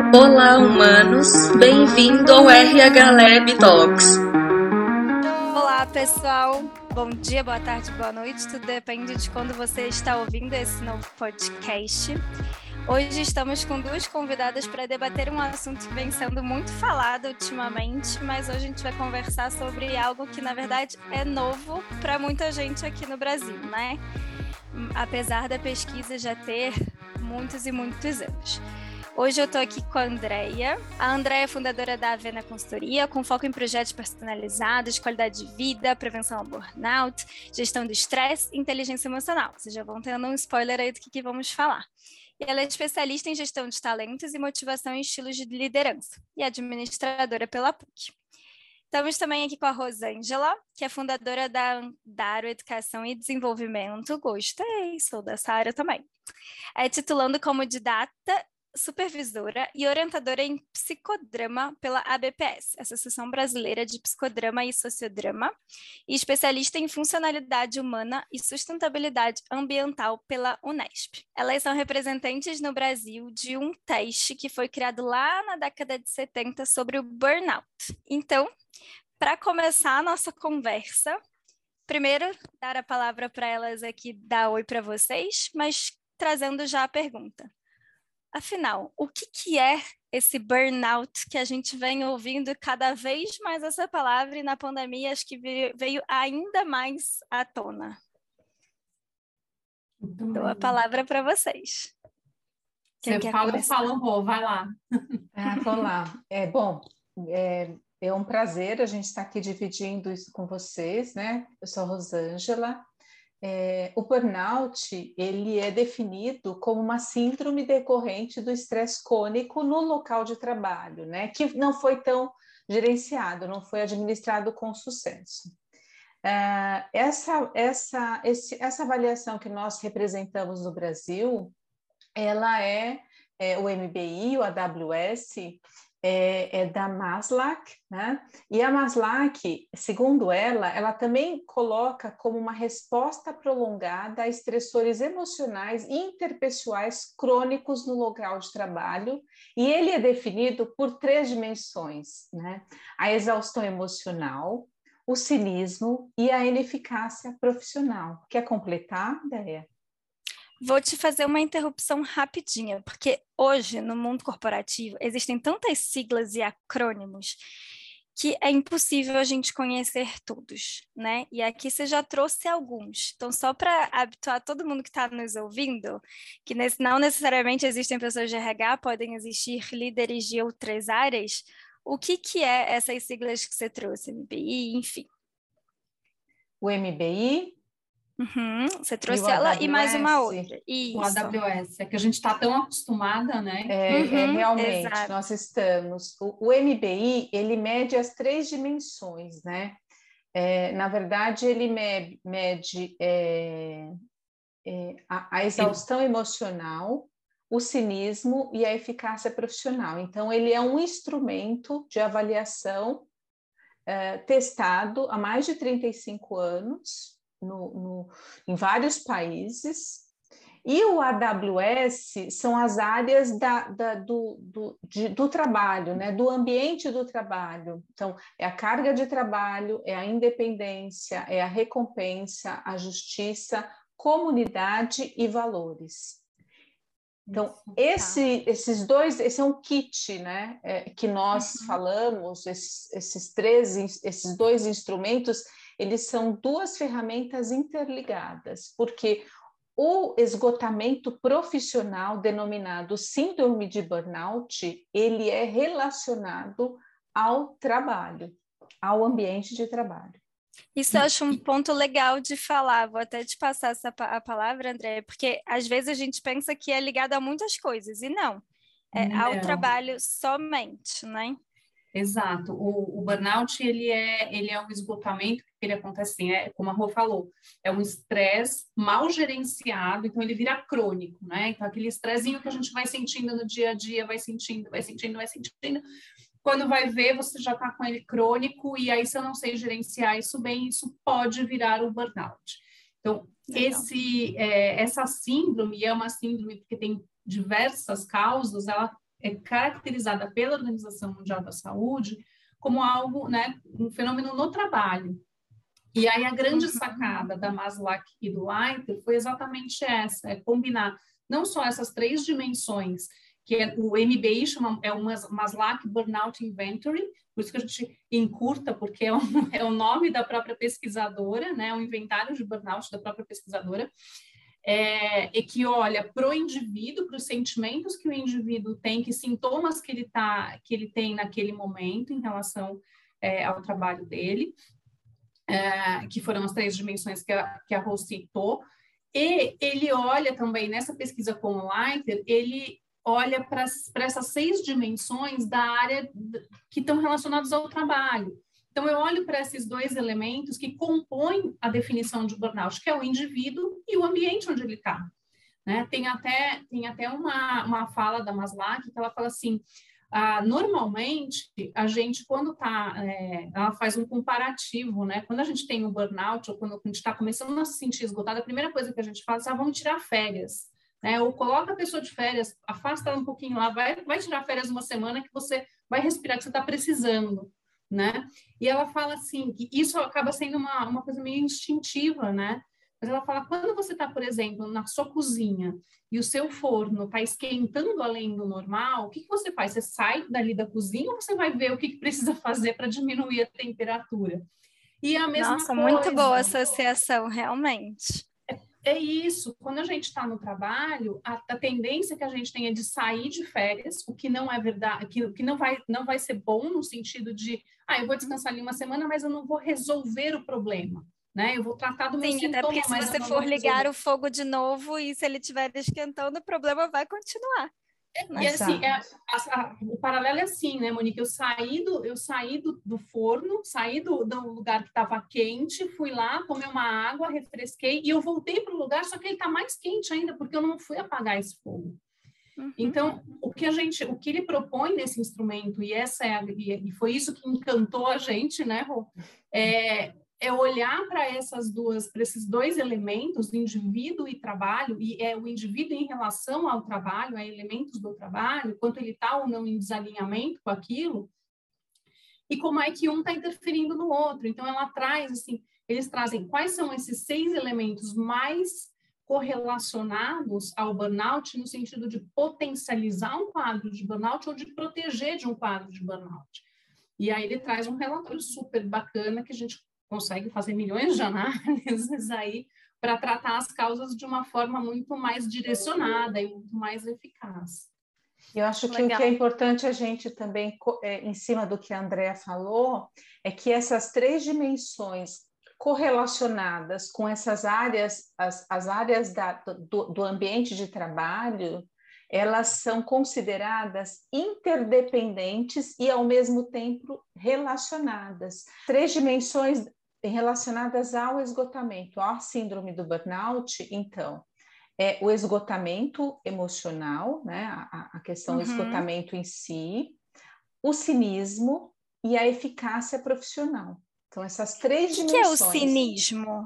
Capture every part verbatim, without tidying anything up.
Olá, humanos! Bem-vindo ao R H Lab Talks. Olá, pessoal! Bom dia, boa tarde, boa noite. Tudo depende de quando você está ouvindo esse novo podcast. Hoje estamos com duas convidadas para debater um assunto que vem sendo muito falado ultimamente, mas hoje a gente vai conversar sobre algo que, na verdade, é novo para muita gente aqui no Brasil, né? Apesar da pesquisa já ter muitos e muitos anos. Hoje eu estou aqui com a Andrea. A Andrea é fundadora da Avena Consultoria, com foco em projetos personalizados, qualidade de vida, prevenção ao burnout, gestão do estresse e inteligência emocional. Vocês já vão tendo um spoiler aí do que, que vamos falar. E ela é especialista em gestão de talentos e motivação em estilos de liderança e administradora pela P U C. Estamos também aqui com a Rosângela, que é fundadora da Andaro Educação e Desenvolvimento. Gostei, sou dessa área também. É titulando como didata, supervisora e orientadora em psicodrama pela A B P S, Associação Brasileira de Psicodrama e Sociodrama, e especialista em funcionalidade humana e sustentabilidade ambiental pela Unesp. Elas são representantes no Brasil de um teste que foi criado lá na década de setenta sobre o burnout. Então, para começar a nossa conversa, primeiro dar a palavra para elas aqui, dar oi para vocês, mas trazendo já a pergunta. Afinal, o que, que é esse burnout que a gente vem ouvindo cada vez mais essa palavra e na pandemia acho que veio ainda mais à tona? Muito Dou bem. A palavra para vocês. Quem Você quer fala, começar? Eu falo, Rô, vai lá. Ah, vou lá. É, bom, é, é um prazer a gente estar aqui dividindo isso com vocês, né? Eu sou a Rosângela. É, o burnout, ele é definido como uma síndrome decorrente do estresse crônico no local de trabalho, né? Que não foi tão gerenciado, não foi administrado com sucesso. É, essa, essa, esse, essa avaliação que nós representamos no Brasil, ela é, é o M B I, o A W S, É, é da Maslach, né? E a Maslach, segundo ela, ela também coloca como uma resposta prolongada a estressores emocionais e interpessoais crônicos no local de trabalho, e ele é definido por três dimensões, né? A exaustão emocional, o cinismo e a ineficácia profissional. Quer completar, Déia? Vou te fazer uma interrupção rapidinha, porque hoje, no mundo corporativo, existem tantas siglas e acrônimos que é impossível a gente conhecer todos, né? E aqui você já trouxe alguns. Então, só para habituar todo mundo que está nos ouvindo, que não necessariamente existem pessoas de R H, podem existir líderes de outras áreas, o que, que é essas siglas que você trouxe, M B I, enfim? O M B I... Uhum, você trouxe ela e mais uma outra. Isso. O A W S, é que a gente está tão acostumada, né? É, uhum, é realmente, exato. Nós estamos. O, o M B I, ele mede as três dimensões, né? É, na verdade, ele mede, mede é, é, a, a exaustão emocional, o cinismo e a eficácia profissional. Então, ele é um instrumento de avaliação é, testado há mais de trinta e cinco anos, No, no, em vários países, e o A W S são as áreas da, da, do, do, de, do trabalho, né? Do ambiente do trabalho. Então, é a carga de trabalho, é a independência, é a recompensa, a justiça, comunidade e valores. Então, esse, esses dois, esse é um kit, né? É, que nós uhum. falamos, esses, esses três, esses dois instrumentos, eles são duas ferramentas interligadas, porque o esgotamento profissional, denominado síndrome de burnout, ele é relacionado ao trabalho, ao ambiente de trabalho. Isso eu acho um ponto legal de falar, vou até te passar essa, a palavra, André, porque às vezes a gente pensa que é ligado a muitas coisas, e não, é não. ao trabalho somente, né? Exato, o, o burnout, ele é, ele é um esgotamento, que ele acontece assim, é, como a Rô falou, é um estresse mal gerenciado, então ele vira crônico, né? Então aquele estressinho que a gente vai sentindo no dia a dia, vai sentindo, vai sentindo, vai sentindo, quando vai ver, você já está com ele crônico, e aí se eu não sei gerenciar isso bem, isso pode virar o burnout. Então, esse, é, essa síndrome, é uma síndrome porque tem diversas causas, ela é caracterizada pela Organização Mundial da Saúde como algo, né, um fenômeno no trabalho. E aí a grande sacada da Maslach e do Leiter foi exatamente essa, é combinar não só essas três dimensões, que é, o M B I chama, é o Maslach Burnout Inventory, por isso que a gente encurta, porque é, um, é o nome da própria pesquisadora, né, o inventário de burnout da própria pesquisadora, é, e que olha para o indivíduo, para os sentimentos que o indivíduo tem, que sintomas que ele, tá, que ele tem naquele momento em relação é, ao trabalho dele, é, que foram as três dimensões que a, que a Rose citou, e ele olha também, nessa pesquisa com o Leiter, ele olha para essas seis dimensões da área que estão relacionadas ao trabalho. Então, eu olho para esses dois elementos que compõem a definição de burnout, que é o indivíduo e o ambiente onde ele está. Né? Tem até, tem até uma, uma fala da Maslach que ela fala assim, ah, normalmente, a gente, quando está, é, ela faz um comparativo, né? Quando a gente tem um burnout, ou quando a gente está começando a se sentir esgotado, a primeira coisa que a gente faz é, ah, vamos tirar férias. Né? Ou coloca a pessoa de férias, afasta ela um pouquinho lá, vai, vai tirar férias uma semana que você vai respirar, que você está precisando. Né? E ela fala assim, que isso acaba sendo uma, uma coisa meio instintiva, né? Mas ela fala, quando você está, por exemplo, na sua cozinha e o seu forno está esquentando além do normal, o que, que você faz? Você sai dali da cozinha ou você vai ver o que, que precisa fazer para diminuir a temperatura? E a mesma Nossa, coisa. muito boa associação, realmente. É isso, quando a gente está no trabalho, a, a tendência que a gente tem é de sair de férias, o que não é verdade, que, que não, vai, não vai ser bom no sentido de, ah, eu vou descansar ali uma semana, mas eu não vou resolver o problema, né? Eu vou tratar do meu Sim, sintoma, até porque se mas você eu não for vou ligar resolver. o fogo de novo e se ele estiver esquentando, o problema vai continuar. E assim, é, a, a, o paralelo é assim, né, Monique? Eu saí do, eu saí do, do forno, saí do, do lugar que estava quente, fui lá, tomei uma água, refresquei e eu voltei para o lugar, só que ele está mais quente ainda, porque eu não fui apagar esse fogo. Uhum. Então, o que a gente, o que ele propõe nesse instrumento, e essa é a, e foi isso que encantou a gente, né, Rô? É, é olhar para essas duas, para esses dois elementos, indivíduo e trabalho, e é o indivíduo em relação ao trabalho, a elementos do trabalho, quanto ele está ou não em desalinhamento com aquilo, e como é que um está interferindo no outro. Então, ela traz, assim, eles trazem quais são esses seis elementos mais correlacionados ao burnout, no sentido de potencializar um quadro de burnout ou de proteger de um quadro de burnout. E aí ele traz um relatório super bacana que a gente consegue fazer milhões de análises aí para tratar as causas de uma forma muito mais direcionada e muito mais eficaz. Eu acho que Legal. o que é importante a gente também, é, em cima do que a Andrea falou, é que essas três dimensões correlacionadas com essas áreas, as, as áreas da, do, do ambiente de trabalho, elas são consideradas interdependentes e, ao mesmo tempo, relacionadas. Três dimensões relacionadas ao esgotamento, à síndrome do burnout, então, é o esgotamento emocional, né, a, a questão do uhum. esgotamento em si, o cinismo e a eficácia profissional. Então, essas três que dimensões... O que é o cinismo?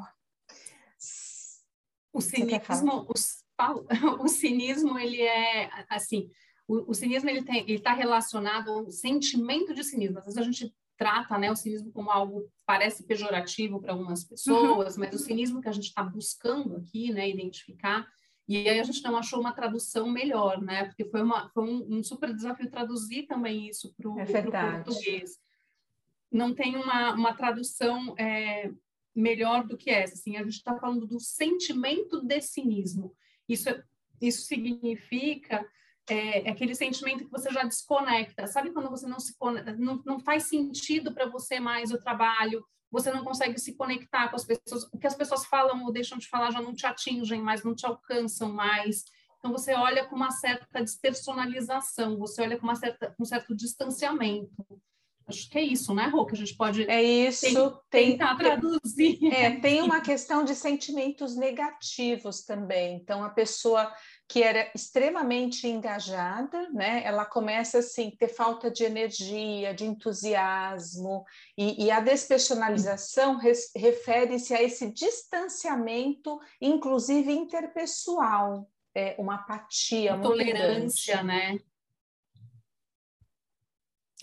O cinismo... O, o cinismo, ele é, assim, o, o cinismo, ele está relacionado ao sentimento de cinismo. Às vezes a gente trata, né, o cinismo como algo parece pejorativo para algumas pessoas, uhum. mas o cinismo que a gente está buscando aqui, né, identificar, e aí a gente não achou uma tradução melhor, né, porque foi, uma, foi um, um super desafio traduzir também isso para o é português. Não tem uma, uma tradução é, melhor do que essa, assim, a gente está falando do sentimento de cinismo. Isso, isso significa é, aquele sentimento que você já desconecta. Sabe quando você não se conecta, não, não faz sentido para você mais o trabalho, você não consegue se conectar com as pessoas, o que as pessoas falam ou deixam de falar já não te atingem mais, não te alcançam mais. Então, você olha com uma certa despersonalização, você olha com uma certa, um certo distanciamento. Acho que é isso, né, Rô? Que a gente pode é isso, tem, tentar traduzir. É, tem uma questão de sentimentos negativos também. Então, a pessoa que era extremamente engajada, né, ela começa assim, ter falta de energia, de entusiasmo, e, e a despersonalização res, refere-se a esse distanciamento, inclusive interpessoal, é, uma apatia, intolerância, né?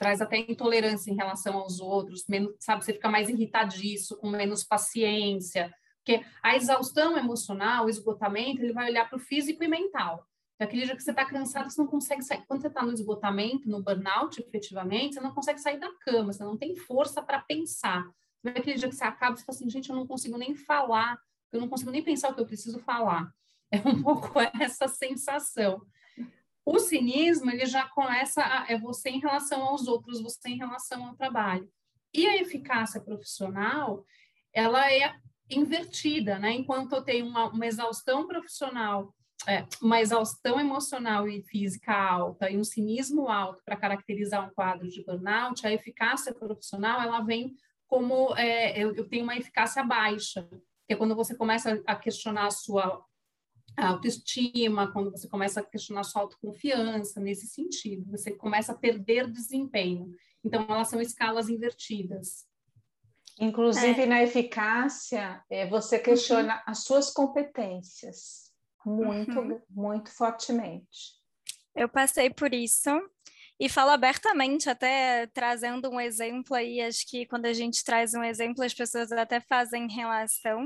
traz até intolerância em relação aos outros, menos, sabe, você fica mais irritadiço, com menos paciência, porque a exaustão emocional, o esgotamento, ele vai olhar para o físico e mental. Então, aquele dia que você está cansado, você não consegue sair. Quando você está no esgotamento, no burnout, efetivamente, você não consegue sair da cama, você não tem força para pensar. Aquele dia que você acaba, você fala assim, gente, eu não consigo nem falar, eu não consigo nem pensar o que eu preciso falar. É um pouco essa sensação. O cinismo, ele já começa, a, é você em relação aos outros, você em relação ao trabalho. E a eficácia profissional, ela é invertida, né? Enquanto eu tenho uma, uma exaustão profissional, é, uma exaustão emocional e física alta e um cinismo alto para caracterizar um quadro de burnout, a eficácia profissional, ela vem como, é, eu, eu tenho uma eficácia baixa, que é quando você começa a questionar a sua a autoestima, quando você começa a questionar sua autoconfiança, nesse sentido, você começa a perder desempenho. Então, elas são escalas invertidas. Inclusive, É. na eficácia, é, você questiona uhum. as suas competências muito, uhum. muito fortemente. Eu passei por isso e falo abertamente, até trazendo um exemplo aí, acho que quando a gente traz um exemplo, as pessoas até fazem relação.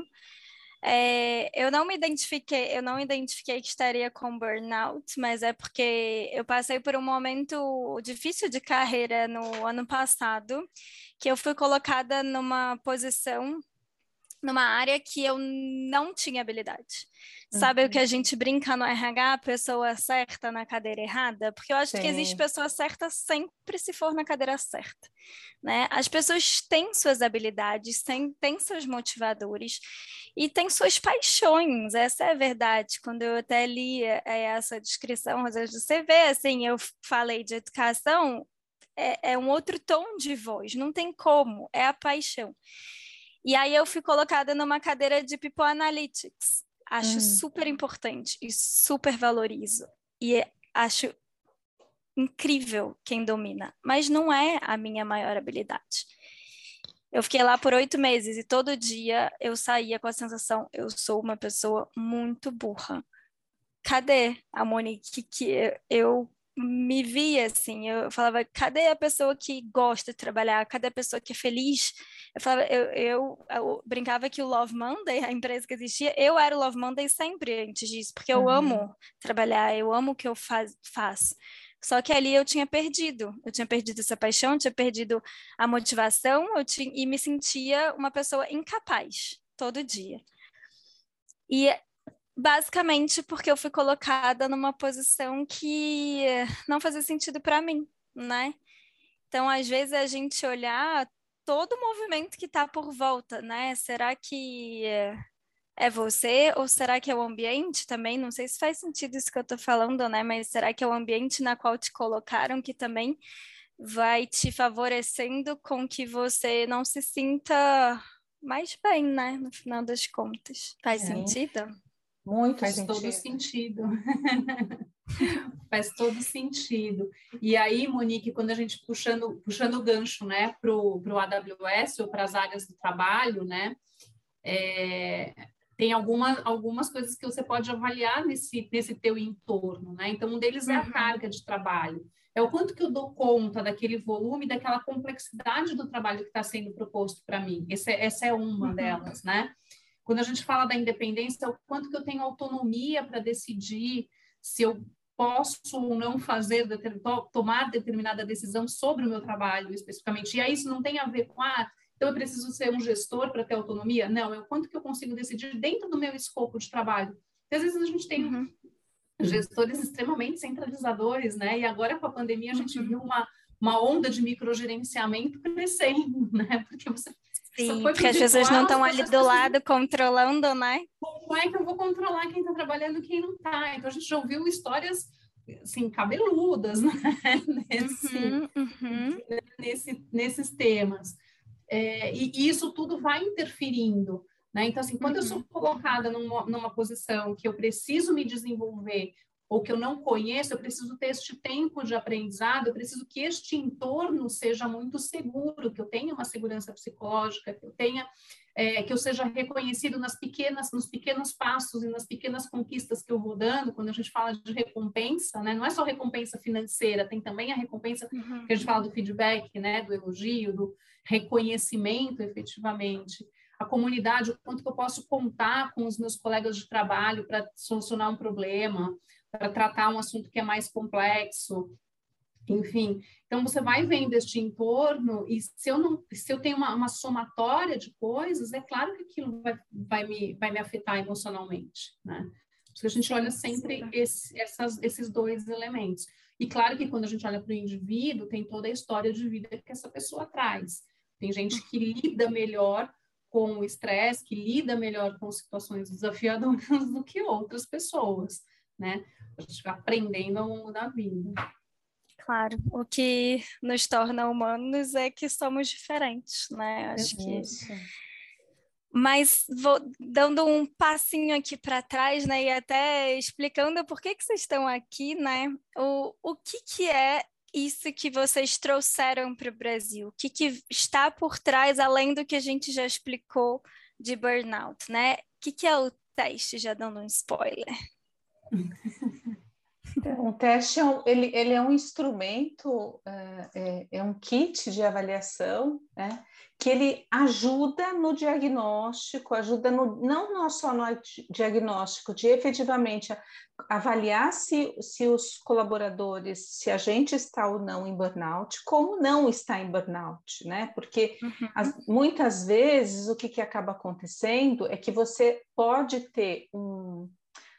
É, eu não me identifiquei, eu não identifiquei que estaria com burnout, mas é porque eu passei por um momento difícil de carreira no ano passado, que eu fui colocada numa posição, numa área que eu não tinha habilidade. Uhum. Sabe o que a gente brinca no R H, a pessoa certa na cadeira errada? Porque eu acho Sim. que existe pessoa certa sempre se for na cadeira certa, né? As pessoas têm suas habilidades, têm, têm seus motivadores e têm suas paixões, essa é a verdade. Quando eu até li é, essa descrição, você vê, assim, eu falei de educação, é, é um outro tom de voz, não tem como, é a paixão. E aí eu fui colocada numa cadeira de People Analytics. Acho hum. super importante e super valorizo. E acho incrível quem domina, mas não é a minha maior habilidade. Eu fiquei lá por oito meses e todo dia eu saía com a sensação, eu sou uma pessoa muito burra. Cadê a Monique que eu me via assim, eu falava, cadê a pessoa que gosta de trabalhar, cadê a pessoa que é feliz? Eu falava, eu, eu, eu brincava que o Love Monday, a empresa que existia, eu era o Love Monday sempre antes disso, porque eu uhum. amo trabalhar, eu amo o que eu faz, faço. Só que ali eu tinha perdido, eu tinha perdido essa paixão, eu tinha perdido a motivação, eu tinha, e me sentia uma pessoa incapaz todo dia. E basicamente porque eu fui colocada numa posição que não fazia sentido para mim, né? Então, às vezes, a gente olhar todo o movimento que está por volta, né? Será que é você ou será que é o ambiente também? Não sei se faz sentido isso que eu estou falando, né? Mas será que é o ambiente na qual te colocaram que também vai te favorecendo com que você não se sinta mais bem, né? No final das contas. Faz é. sentido? Muito Faz sentido. todo sentido. Faz todo sentido. E aí, Monique, quando a gente puxando, puxando o gancho, né, para o A W S ou para as áreas do trabalho, né, é, tem alguma, algumas coisas que você pode avaliar nesse, nesse teu entorno, né? Então, um deles é a uhum. carga de trabalho. É o quanto que eu dou conta daquele volume, daquela complexidade do trabalho que está sendo proposto para mim. Esse, essa é uma uhum. delas, né? Quando a gente fala da independência, é o quanto que eu tenho autonomia para decidir se eu posso ou não fazer, tomar determinada decisão sobre o meu trabalho especificamente. E aí isso não tem a ver com, ah, então eu preciso ser um gestor para ter autonomia? Não, é o quanto que eu consigo decidir dentro do meu escopo de trabalho. Porque às vezes a gente tem uhum. gestores extremamente centralizadores, né? E agora com a pandemia a gente uhum. viu uma, uma onda de microgerenciamento crescendo, né? Porque você Sim, porque as pessoas não estão ali do pessoas... lado controlando, né? Como é que eu vou controlar quem está trabalhando e quem não está? Então, a gente já ouviu histórias, assim, cabeludas, né? Nesse, uhum, uhum. Nesse, nesses temas. É, e, e isso tudo vai interferindo, né? Então, assim, quando uhum. eu sou colocada numa, numa posição que eu preciso me desenvolver ou que eu não conheço, eu preciso ter este tempo de aprendizado, eu preciso que este entorno seja muito seguro, que eu tenha uma segurança psicológica, que eu tenha é, que eu seja reconhecido nas pequenas, nos pequenos passos e nas pequenas conquistas que eu vou dando. Quando a gente fala de recompensa, né, não é só recompensa financeira, tem também a recompensa Uhum. que a gente fala do feedback, né, do elogio, do reconhecimento, efetivamente. A comunidade, o quanto que eu posso contar com os meus colegas de trabalho para solucionar um problema, para tratar um assunto que é mais complexo. Enfim, então você vai vendo este entorno e se eu não, se eu tenho uma, uma somatória de coisas, é claro que aquilo vai, vai, me, vai me afetar emocionalmente, né? Porque a gente olha sempre esse, essas, esses dois elementos. E claro que quando a gente olha para o indivíduo, tem toda a história de vida que essa pessoa traz. Tem gente que lida melhor com o estresse, que lida melhor com situações desafiadoras do que outras pessoas, né? A gente vai aprendendo ao longo da vida. Claro, o que nos torna humanos é que somos diferentes, né? Acho que... Mas vou dando um passinho aqui para trás, né? E até explicando por que que vocês estão aqui, né? O, o que que é isso que vocês trouxeram para o Brasil? O que que está por trás, além do que a gente já explicou de burnout, né? O que que é o teste, já dando um spoiler? Então, o teste é um, ele, ele é um instrumento, é, é um kit de avaliação, né, que ele ajuda no diagnóstico, ajuda no, não só no diagnóstico, de efetivamente avaliar se, se os colaboradores, se a gente está ou não em burnout, como não está em burnout, né? Porque uhum. as, muitas vezes o que, que acaba acontecendo é que você pode ter um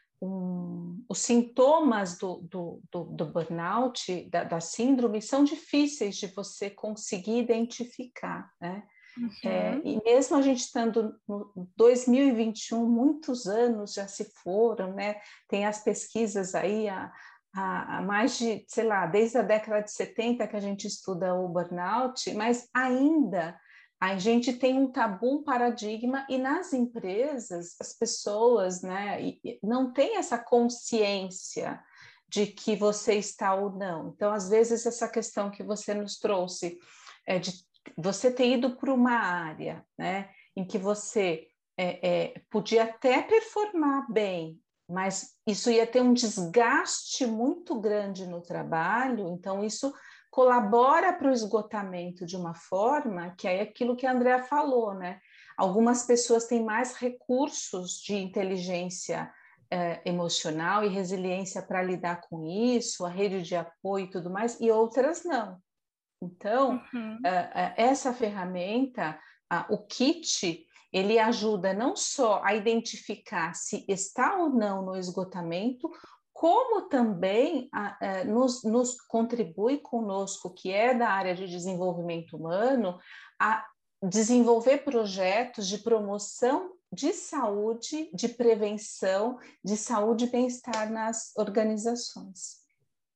Um, os sintomas do, do, do, do burnout, da, da síndrome, são difíceis de você conseguir identificar, né? Uhum. É, e mesmo a gente estando no dois mil e vinte e um, muitos anos já se foram, né? Tem as pesquisas aí há, há, há mais de, sei lá, desde a década de setenta que a gente estuda o burnout, mas ainda a gente tem um tabu, um paradigma, e nas empresas as pessoas, né, não têm essa consciência de que você está ou não. Então, às vezes, essa questão que você nos trouxe, é de você ter ido para uma área, né, em que você é, é, podia até performar bem, mas isso ia ter um desgaste muito grande no trabalho, então isso colabora para o esgotamento de uma forma que é aquilo que a Andrea falou, né? Algumas pessoas têm mais recursos de inteligência eh, emocional e resiliência para lidar com isso, a rede de apoio e tudo mais, e outras não. Então, uhum. eh, essa ferramenta, ah, o kit, ele ajuda não só a identificar se está ou não no esgotamento, como também a, a, nos, nos contribui conosco, que é da área de desenvolvimento humano, a desenvolver projetos de promoção de saúde, de prevenção, de saúde e bem-estar nas organizações.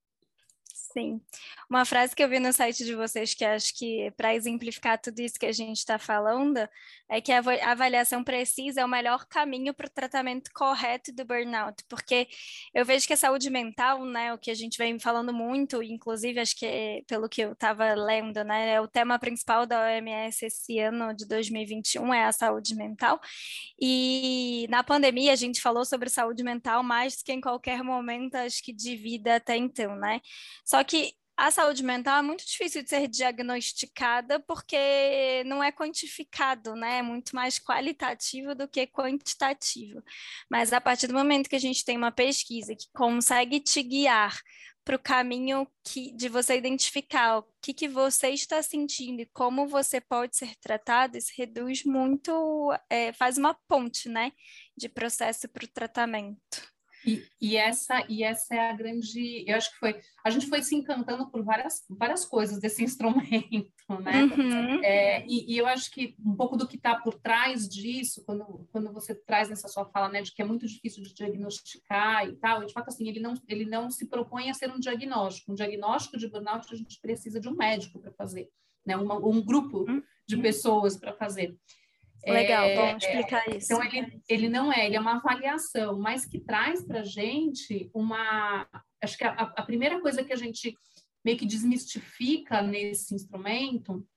Sim. Uma frase que eu vi no site de vocês, que acho que para exemplificar tudo isso que a gente está falando, é que a avaliação precisa é o melhor caminho para o tratamento correto do burnout, porque eu vejo que a saúde mental, né, o que a gente vem falando muito, inclusive acho que é, pelo que eu estava lendo, né, é o tema principal da O M S esse ano de dois mil e vinte e um é a saúde mental, e na pandemia a gente falou sobre saúde mental mais do que em qualquer momento, acho que de vida até então, né? Só Só que a saúde mental é muito difícil de ser diagnosticada porque não é quantificado, né? É muito mais qualitativo do que quantitativo. Mas a partir do momento que a gente tem uma pesquisa que consegue te guiar para o caminho que, de você identificar o que, que você está sentindo e como você pode ser tratado, isso reduz muito, é, faz uma ponte, né? De processo para o tratamento. E, e, essa, e essa é a grande... Eu acho que foi... A gente foi se encantando por várias, várias coisas desse instrumento, né? Uhum. É, e, e eu acho que um pouco do que está por trás disso, quando, quando você traz nessa sua fala, né, de que é muito difícil de diagnosticar e tal, e de fato, assim, ele não, ele não se propõe a ser um diagnóstico. Um diagnóstico de burnout, a gente precisa de um médico para fazer, né? Uma, um grupo de pessoas para fazer. Legal, é, bom explicar é, isso. Então, ele, ele não é, ele é uma avaliação, mas que traz para a gente uma... Acho que a, a primeira coisa que a gente meio que desmistifica nesse instrumento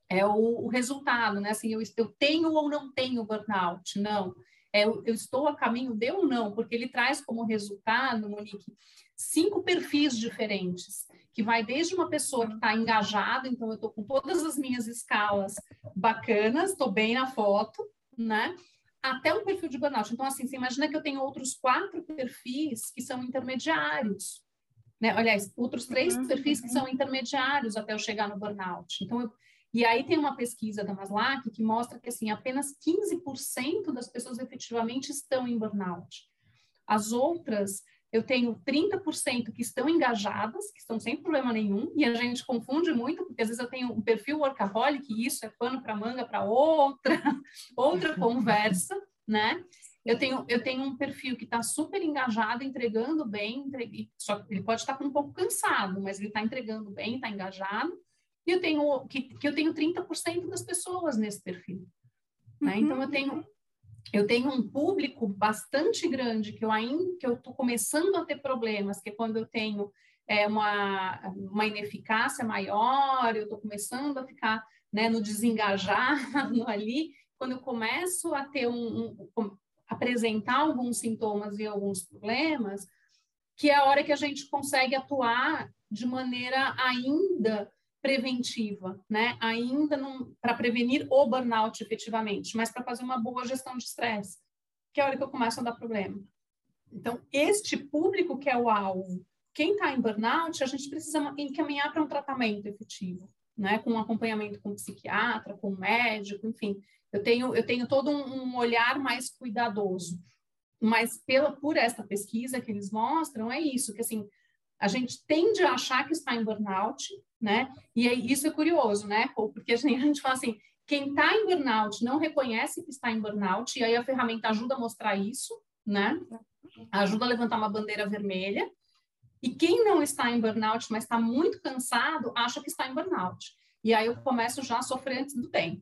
é o, o resultado, né? Assim, eu, eu tenho ou não tenho burnout? Não. É, eu, eu estou a caminho de ou não, porque ele traz como resultado, Monique, cinco perfis diferentes, que vai desde uma pessoa que está engajada, então eu estou com todas as minhas escalas bacanas, estou bem na foto, né? Até um perfil de burnout. Então, assim, você imagina que eu tenho outros quatro perfis que são intermediários, né? Aliás, outros três Uhum. perfis que são intermediários até eu chegar no burnout. Então, eu, e aí tem uma pesquisa da Maslach que mostra que, assim, apenas quinze por cento das pessoas efetivamente estão em burnout. As outras, eu tenho trinta por cento que estão engajadas, que estão sem problema nenhum, e a gente confunde muito, porque às vezes eu tenho um perfil workaholic, e isso é pano para manga para outra, outra conversa, né? Eu tenho, eu tenho um perfil que está super engajado, entregando bem, entregue, só que ele pode estar um pouco cansado, mas ele está entregando bem, está engajado, e eu tenho, que, que eu tenho trinta por cento das pessoas nesse perfil, né? Uhum. Então, eu tenho... Eu tenho um público bastante grande que eu ainda que eu estou começando a ter problemas, que é quando eu tenho é, uma, uma ineficácia maior, eu estou começando a ficar, né, no desengajado ali, quando eu começo a ter um, um apresentar alguns sintomas e alguns problemas, que é a hora que a gente consegue atuar de maneira ainda preventiva, né? Ainda para prevenir o burnout efetivamente, mas para fazer uma boa gestão de estresse, que é a hora que eu começo a dar problema. Então, este público que é o alvo, quem está em burnout, a gente precisa encaminhar para um tratamento efetivo, né? Com um acompanhamento com um psiquiatra, com um médico, enfim. Eu tenho, eu tenho todo um, um olhar mais cuidadoso. Mas pela, por essa pesquisa que eles mostram, é isso, que assim, a gente tende a achar que está em burnout, né? E é, isso é curioso, né? Porque assim, a gente fala assim, quem está em burnout não reconhece que está em burnout, e aí a ferramenta ajuda a mostrar isso, né? Ajuda a levantar uma bandeira vermelha. E quem não está em burnout, mas está muito cansado, acha que está em burnout. E aí eu começo já a sofrer antes do tempo.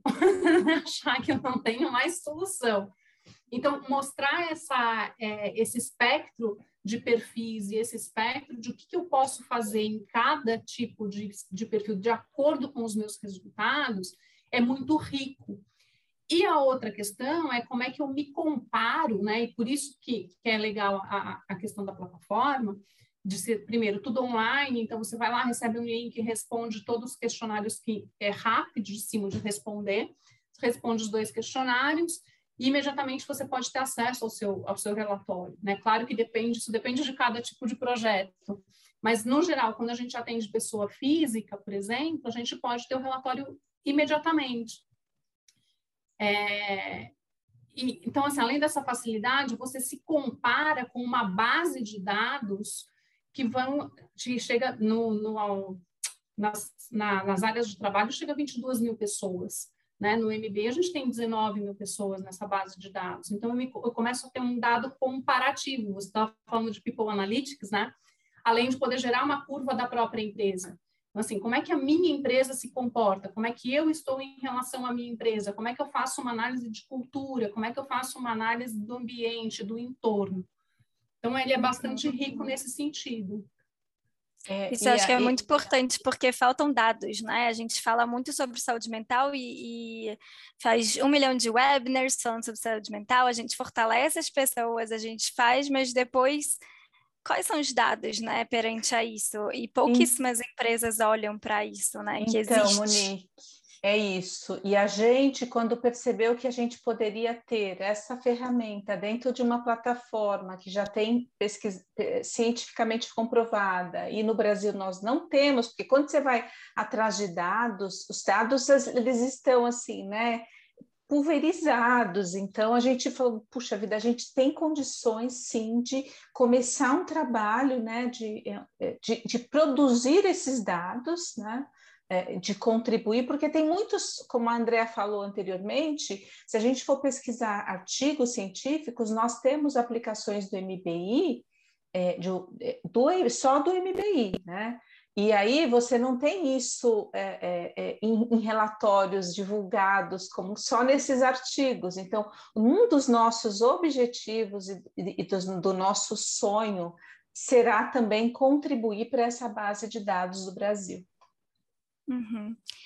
Achar que eu não tenho mais solução. Então, mostrar essa, é, esse espectro de perfis e esse espectro de o que, que eu posso fazer em cada tipo de, de perfil, de acordo com os meus resultados, é muito rico. E a outra questão é como é que eu me comparo, né? E por isso que, que é legal a, a questão da plataforma, de ser, primeiro, tudo online, então você vai lá, recebe um link, responde todos os questionários que é rapidíssimo de responder, responde os dois questionários, e imediatamente você pode ter acesso ao seu, ao seu relatório, né? Claro que depende, isso depende de cada tipo de projeto, mas, no geral, quando a gente atende pessoa física, por exemplo, a gente pode ter o relatório imediatamente. É, e, então, assim, além dessa facilidade, você se compara com uma base de dados que vão, te chega no, no, nas, na, nas áreas de trabalho, chega a vinte e duas mil pessoas. Né? No M B, a gente tem dezenove mil pessoas nessa base de dados. Então, eu, me, eu começo a ter um dado comparativo. Você estava falando de People Analytics, né? Além de poder gerar uma curva da própria empresa. Então, assim, como é que a minha empresa se comporta? Como é que eu estou em relação à minha empresa? Como é que eu faço uma análise de cultura? Como é que eu faço uma análise do ambiente, do entorno? Então, ele é bastante rico nesse sentido. É, Isso eu acho a, que é e... muito importante, porque faltam dados, né? A gente fala muito sobre saúde mental e, e faz um milhão de webinars falando sobre saúde mental, a gente fortalece as pessoas, a gente faz, mas depois, quais são os dados, né, perante a isso? E pouquíssimas e... empresas olham para isso, né? Então, que existe. Monique, é isso. E a gente, quando percebeu que a gente poderia ter essa ferramenta dentro de uma plataforma que já tem pesquisa cientificamente comprovada, e no Brasil nós não temos, porque quando você vai atrás de dados, os dados eles estão assim, né, pulverizados. Então a gente falou, puxa vida, a gente tem condições sim de começar um trabalho, né, de, de, de produzir esses dados, né, de contribuir, porque tem muitos, como a Andrea falou anteriormente, se a gente for pesquisar artigos científicos, nós temos aplicações do M B I, é, do, do, só do M B I, né? E aí você não tem isso é, é, em, em relatórios divulgados como só nesses artigos. Então, um dos nossos objetivos e, e do, do nosso sonho será também contribuir para essa base de dados do Brasil. Uhum.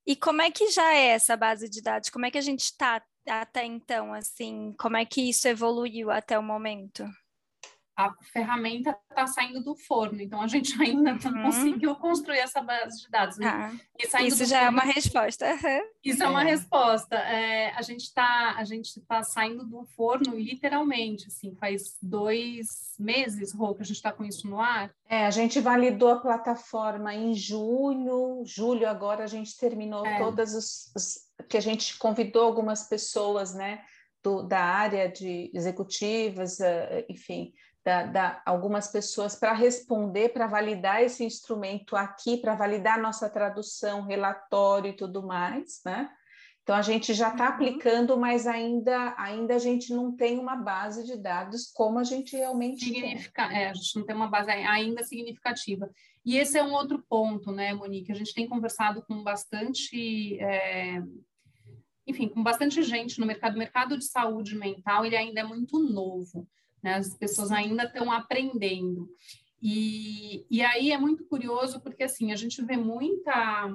E como é que já é essa base de dados? Como é que a gente está até então, assim? Como é que isso evoluiu até o momento? A ferramenta está saindo do forno, então a gente ainda não Uhum. conseguiu construir essa base de dados. Ah, E saindo isso do já forno, é uma resposta. isso é, é uma resposta. É, a gente está a gente tá saindo do forno literalmente, assim, faz dois meses, Rô, que a gente está com isso no ar. É, a gente validou a plataforma em junho, julho agora a gente terminou É. todas os, os que a gente convidou algumas pessoas, né, do, da área de executivas, uh, enfim, da, da, algumas pessoas para responder, para validar esse instrumento aqui, para validar nossa tradução, relatório e tudo mais, né? Então a gente já está uhum. aplicando, mas ainda, ainda a gente não tem uma base de dados como a gente realmente Significa, quer. É, a gente não tem uma base ainda significativa. E esse é um outro ponto, né, Monique? A gente tem conversado com bastante, é, enfim, com bastante gente no mercado. O mercado de saúde mental, ele ainda é muito novo, né? As pessoas ainda estão aprendendo. E, e aí é muito curioso porque, assim, a gente vê muita...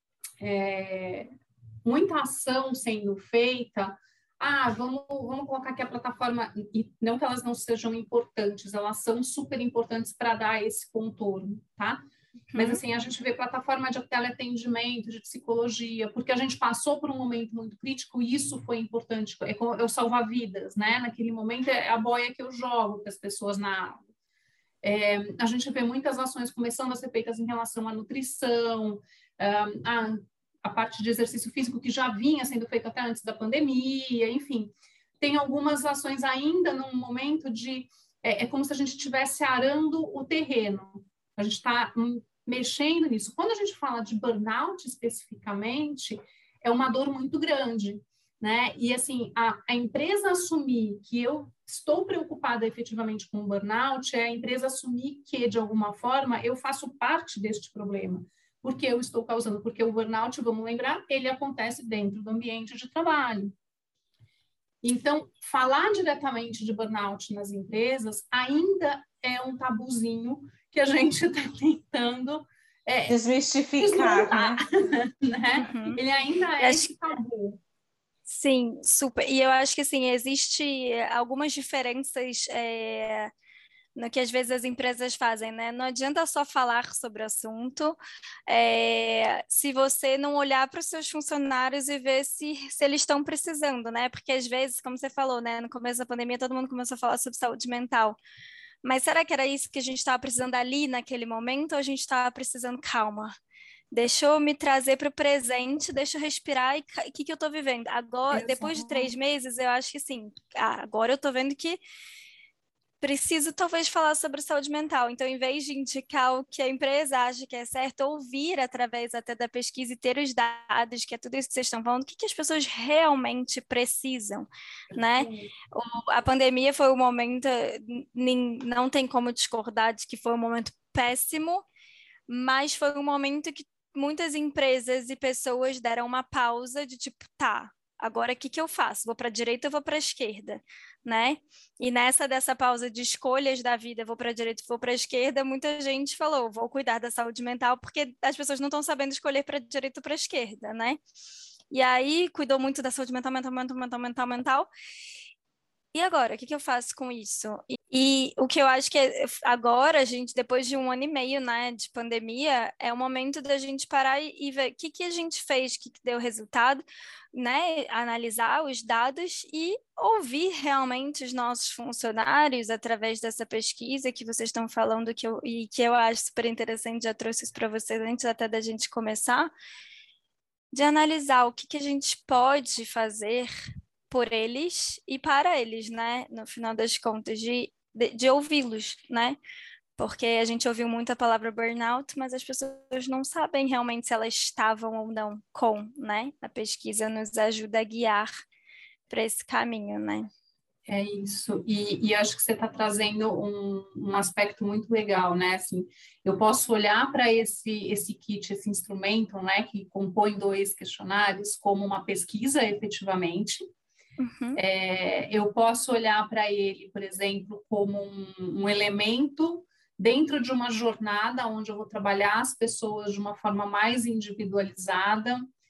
É, muita ação sendo feita, ah, vamos, vamos colocar aqui a plataforma, e não que elas não sejam importantes, elas são super importantes para dar esse contorno, tá? Uhum. Mas, assim, a gente vê plataforma de teleatendimento, de psicologia, porque a gente passou por um momento muito crítico e isso foi importante, é como eu salvar vidas, né? Naquele momento é a boia que eu jogo para as pessoas na água. É, a gente vê muitas ações começando a ser feitas em relação à nutrição, a a parte de exercício físico que já vinha sendo feita até antes da pandemia, enfim. Tem algumas ações ainda num momento de... É, é como se a gente estivesse arando o terreno. A gente está hum, mexendo nisso. Quando a gente fala de burnout especificamente, é uma dor muito grande, né? E, assim, a, a empresa assumir que eu estou preocupada efetivamente com o burnout é a empresa assumir que, de alguma forma, eu faço parte deste problema. Porque eu estou causando, porque o burnout, vamos lembrar, ele acontece dentro do ambiente de trabalho. Então, falar diretamente de burnout nas empresas ainda é um tabuzinho que a gente está tentando é, desmistificar, né? né? Uhum. Ele ainda é esse tabu. Sim, super. E eu acho que, assim, existe algumas diferenças... É... no que às vezes as empresas fazem, né? Não adianta só falar sobre o assunto, é, se você não olhar para os seus funcionários e ver se, se eles estão precisando, né? Porque às vezes, como você falou, né? No começo da pandemia, todo mundo começou a falar sobre saúde mental. Mas será que era isso que a gente estava precisando ali naquele momento, ou a gente estava precisando, calma? Deixa eu me trazer para o presente, deixa eu respirar e o que, que eu estou vivendo. Agora, Exato. Depois de três meses, eu acho que sim, ah, agora eu estou vendo que preciso talvez falar sobre saúde mental. Então, em vez de indicar o que a empresa acha que é certo, ouvir através até da pesquisa e ter os dados, que é tudo isso que vocês estão falando, o que, que as pessoas realmente precisam, né? O, a pandemia foi um momento, nem, não tem como discordar de que foi um momento péssimo, mas foi um momento que muitas empresas e pessoas deram uma pausa de tipo, tá, agora o que, que eu faço? Vou para a direita ou vou para a esquerda, né? E nessa dessa pausa de escolhas da vida, vou para a direita ou vou para a esquerda, muita gente falou, vou cuidar da saúde mental, porque as pessoas não estão sabendo escolher para a direita ou para a esquerda, né? E aí, cuidou muito da saúde mental, mental, mental, mental, mental, mental. E agora, o que, que eu faço com isso? E, e o que eu acho que é, agora, a gente, depois de um ano e meio, né, de pandemia, é o momento da gente parar e, e ver o que, que a gente fez, o que, que deu resultado, né, analisar os dados e ouvir realmente os nossos funcionários através dessa pesquisa que vocês estão falando que eu, e que eu acho super interessante, já trouxe isso para vocês antes até da gente começar, de analisar o que, que a gente pode fazer por eles e para eles, né? No final das contas, de, de, de ouvi-los, né? Porque a gente ouviu muito a palavra burnout, mas as pessoas não sabem realmente se elas estavam ou não com, né? A pesquisa nos ajuda a guiar para esse caminho, né? É isso, e, e acho que você está trazendo um, um aspecto muito legal, né? Assim, eu posso olhar para esse, esse kit, esse instrumento, né, que compõe dois questionários, como uma pesquisa, efetivamente. Uhum. É, eu posso olhar para ele, por exemplo, como um, um elemento dentro de uma jornada onde eu vou trabalhar as pessoas de uma forma mais individualizada.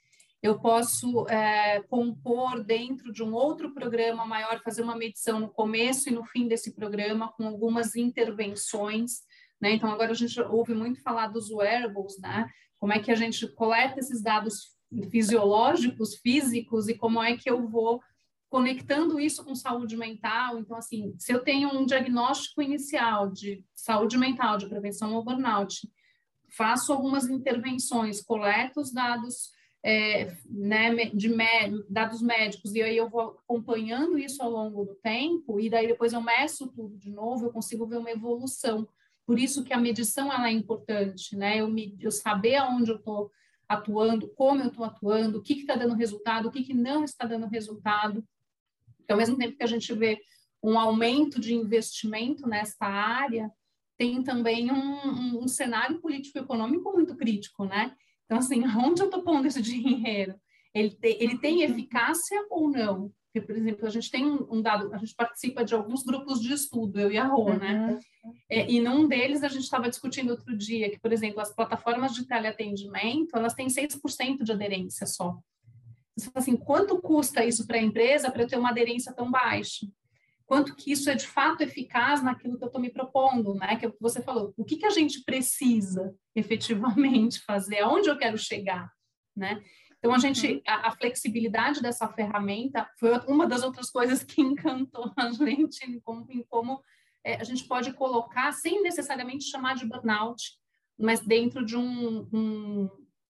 eu posso é, compor dentro de um outro programa maior, fazer uma medição no começo e no fim desse programa, com algumas intervenções, né? Então, agora a gente ouve muito falar dos wearables, né? Como é que a gente coleta esses dados fisiológicos, físicos, e como é que eu vou conectando isso com saúde mental. Então, assim, se eu tenho um diagnóstico inicial de saúde mental, de prevenção ao burnout, faço algumas intervenções, coleto os dados é, né, de médio, dados médicos, e aí eu vou acompanhando isso ao longo do tempo, e daí depois eu meço tudo de novo, eu consigo ver uma evolução. Por isso que a medição ela é importante, né? Eu, me, eu saber aonde eu estou atuando, como eu estou atuando, o que está dando resultado, o que, que não está dando resultado. Porque ao mesmo tempo que a gente vê um aumento de investimento nessa área, tem também um, um, um cenário político-econômico muito crítico, né? Então, assim, onde eu estou pondo esse dinheiro? Ele, te, ele tem eficácia ou não? Porque, por exemplo, a gente tem um, um dado, a gente participa de alguns grupos de estudo, eu e a Rô, né? É, e num deles a gente estava discutindo outro dia que, por exemplo, as plataformas de teleatendimento, elas têm seis por cento de aderência só. Você fala assim, quanto custa isso para a empresa para eu ter uma aderência tão baixa? Quanto que isso é de fato eficaz naquilo que eu estou me propondo, né? Que você falou, o que, que a gente precisa efetivamente fazer, aonde eu quero chegar, né? Então, a gente, a, a flexibilidade dessa ferramenta foi uma das outras coisas que encantou a gente em como, em como é, a gente pode colocar, sem necessariamente chamar de burnout, mas dentro de um, um,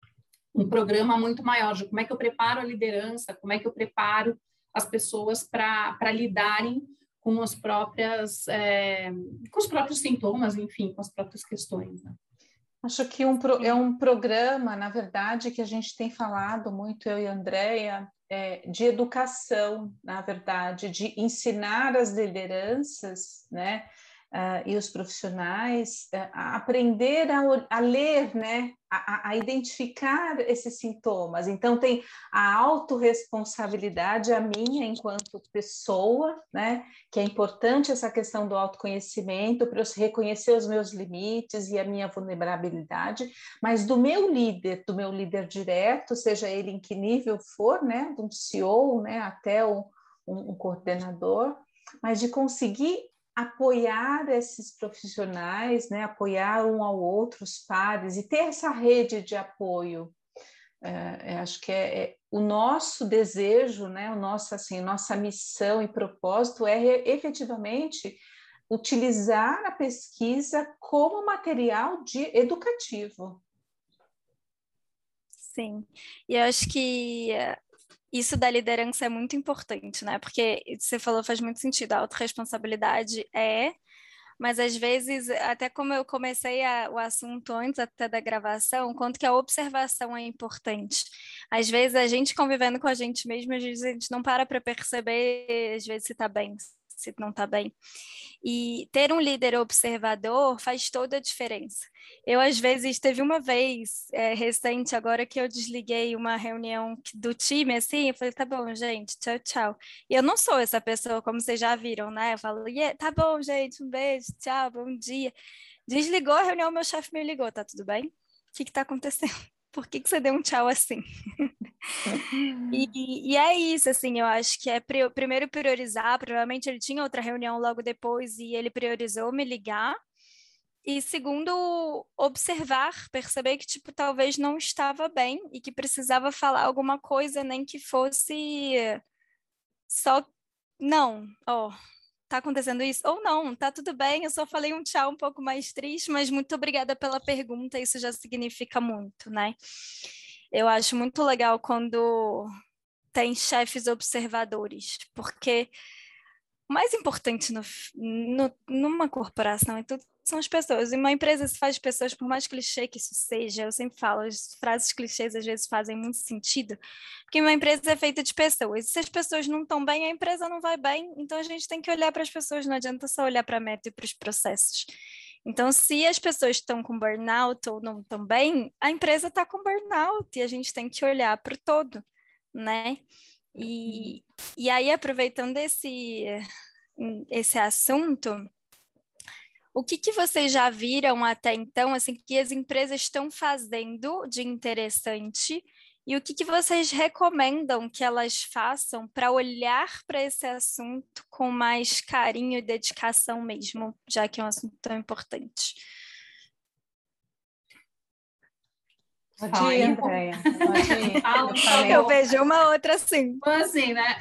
um programa muito maior, de como é que eu preparo a liderança, como é que eu preparo as pessoas para lidarem com as próprias, é, com os próprios sintomas, enfim, com as próprias questões, né? Acho que um pro, é um programa, na verdade, que a gente tem falado muito, eu e a Andrea, é, de educação, na verdade, de ensinar as lideranças, né, uh, e os profissionais uh, a aprender a, a ler, né, a, a identificar esses sintomas. Então, tem a autorresponsabilidade, a minha enquanto pessoa, né, que é importante essa questão do autoconhecimento, para eu reconhecer os meus limites e a minha vulnerabilidade, mas do meu líder, do meu líder direto, seja ele em que nível for, né, de um C E O, né, até um, um, um coordenador, mas de conseguir apoiar esses profissionais, né, apoiar um ao outro, os pares, e ter essa rede de apoio. É, acho que é, é o nosso desejo, né, o nosso, assim, nossa missão e propósito é efetivamente utilizar a pesquisa como material de educativo. Sim, e eu acho que isso da liderança é muito importante, né? Porque você falou, faz muito sentido, a autorresponsabilidade é, mas às vezes, até como eu comecei a, o assunto antes até da gravação, quanto que a observação é importante. Às vezes a gente convivendo com a gente mesmo, às vezes a gente não para para perceber, às vezes se está bem, se não está bem. E ter um líder observador faz toda a diferença. Eu, às vezes, teve uma vez é, recente, agora que eu desliguei uma reunião do time, assim, eu falei, tá bom, gente, tchau, tchau. E eu não sou essa pessoa, como vocês já viram, né? Eu falo, yeah, tá bom, gente, um beijo, tchau, bom dia. Desligou a reunião, meu chefe me ligou, tá tudo bem? O que que tá acontecendo? Por que que você deu um tchau assim? E, e é isso, assim, eu acho que é pri- primeiro priorizar, provavelmente ele tinha outra reunião logo depois e ele priorizou me ligar. E segundo, observar, perceber que, tipo, talvez não estava bem e que precisava falar alguma coisa, nem que fosse só, não, ó, tá acontecendo isso? Ou não, tá tudo bem, eu só falei um tchau um pouco mais triste, mas muito obrigada pela pergunta, isso já significa muito, né? Eu acho muito legal quando tem chefes observadores, porque o mais importante no, no, numa corporação é tudo são as pessoas. E uma empresa se faz de pessoas, por mais clichê que isso seja, eu sempre falo, as frases clichês às vezes fazem muito sentido, porque uma empresa é feita de pessoas. E se as pessoas não estão bem, a empresa não vai bem. Então a gente tem que olhar para as pessoas, não adianta só olhar para a meta e para os processos. Então, se as pessoas estão com burnout ou não estão bem, a empresa está com burnout e a gente tem que olhar para o todo, né? E, e aí, aproveitando esse, esse assunto, o que, que vocês já viram até então, assim, que as empresas estão fazendo de interessante E o que, que vocês recomendam que elas façam para olhar para esse assunto com mais carinho e dedicação mesmo, já que é um assunto tão importante? Pode ir, Andréia. Pode ir. Fala, Eu falei. Eu vejo uma outra assim. Assim, né?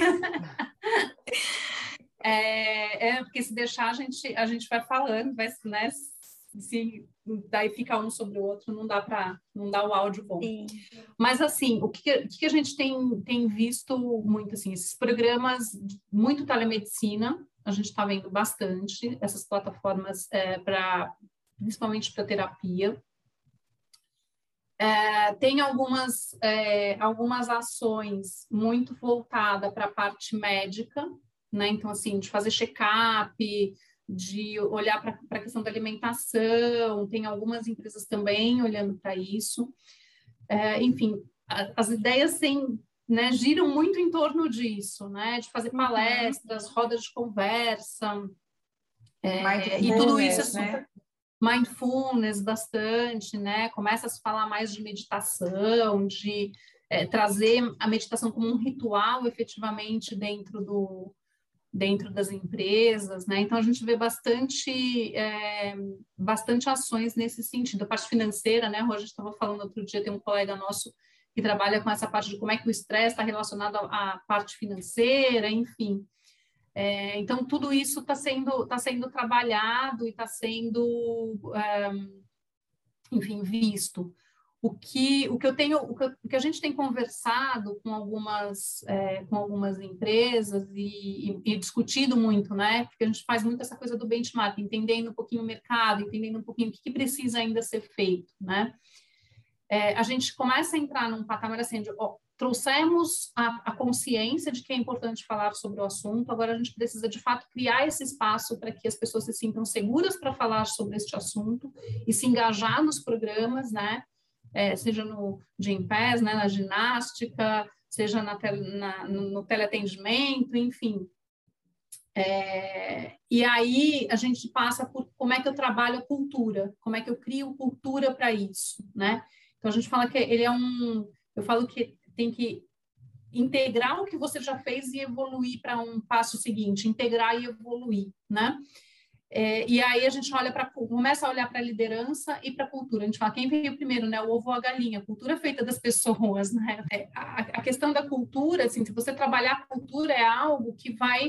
É, é, porque se deixar, a gente, a gente vai falando, vai, né? Se daí fica um sobre o outro, não dá para não dá o áudio bom. Sim. Mas assim, o que, o que a gente tem, tem visto muito assim, esses programas muito telemedicina, a gente está vendo bastante essas plataformas é, para principalmente para terapia. É, tem algumas é, algumas ações muito voltadas para a parte médica, né? Então assim, de fazer check-up, de olhar para a questão da alimentação, tem algumas empresas também olhando para isso. É, enfim, a, as ideias têm, né, giram muito em torno disso, né, de fazer palestras, rodas de conversa, é, e tudo isso é super... Né? Mindfulness bastante, né, começa a se falar mais de meditação, de é, trazer a meditação como um ritual efetivamente dentro do dentro das empresas, né? Então a gente vê bastante, é, bastante ações nesse sentido. A parte financeira, né? A gente estava falando outro dia, tem um colega nosso que trabalha com essa parte de como é que o estresse está relacionado à, à parte financeira, enfim. É, então tudo isso está sendo, tá sendo trabalhado e está sendo, é, enfim, visto. O que, o que eu tenho, o que, o que a gente tem conversado com algumas, é, com algumas empresas e, e, e discutido muito, né? Porque a gente faz muito essa coisa do benchmark, entendendo um pouquinho o mercado, entendendo um pouquinho o que, que precisa ainda ser feito, né? É, a gente começa a entrar num patamar assim de, ó, trouxemos a, a consciência de que é importante falar sobre o assunto, agora a gente precisa, de fato, criar esse espaço para que as pessoas se sintam seguras para falar sobre este assunto e se engajar nos programas, né? É, seja no Gympass, né, na ginástica, seja na tele, na, no teleatendimento, enfim. É, e aí a gente passa por como é que eu trabalho a cultura, como é que eu crio cultura para isso, né? Então a gente fala que ele é um, eu falo que tem que integrar o que você já fez e evoluir para um passo seguinte, integrar e evoluir, né? É, e aí a gente olha para, começa a olhar para a liderança e para a cultura. A gente fala quem veio primeiro, né? O ovo ou a galinha? A cultura é feita das pessoas, né? É, a, a questão da cultura, assim, se você trabalhar a cultura é algo que vai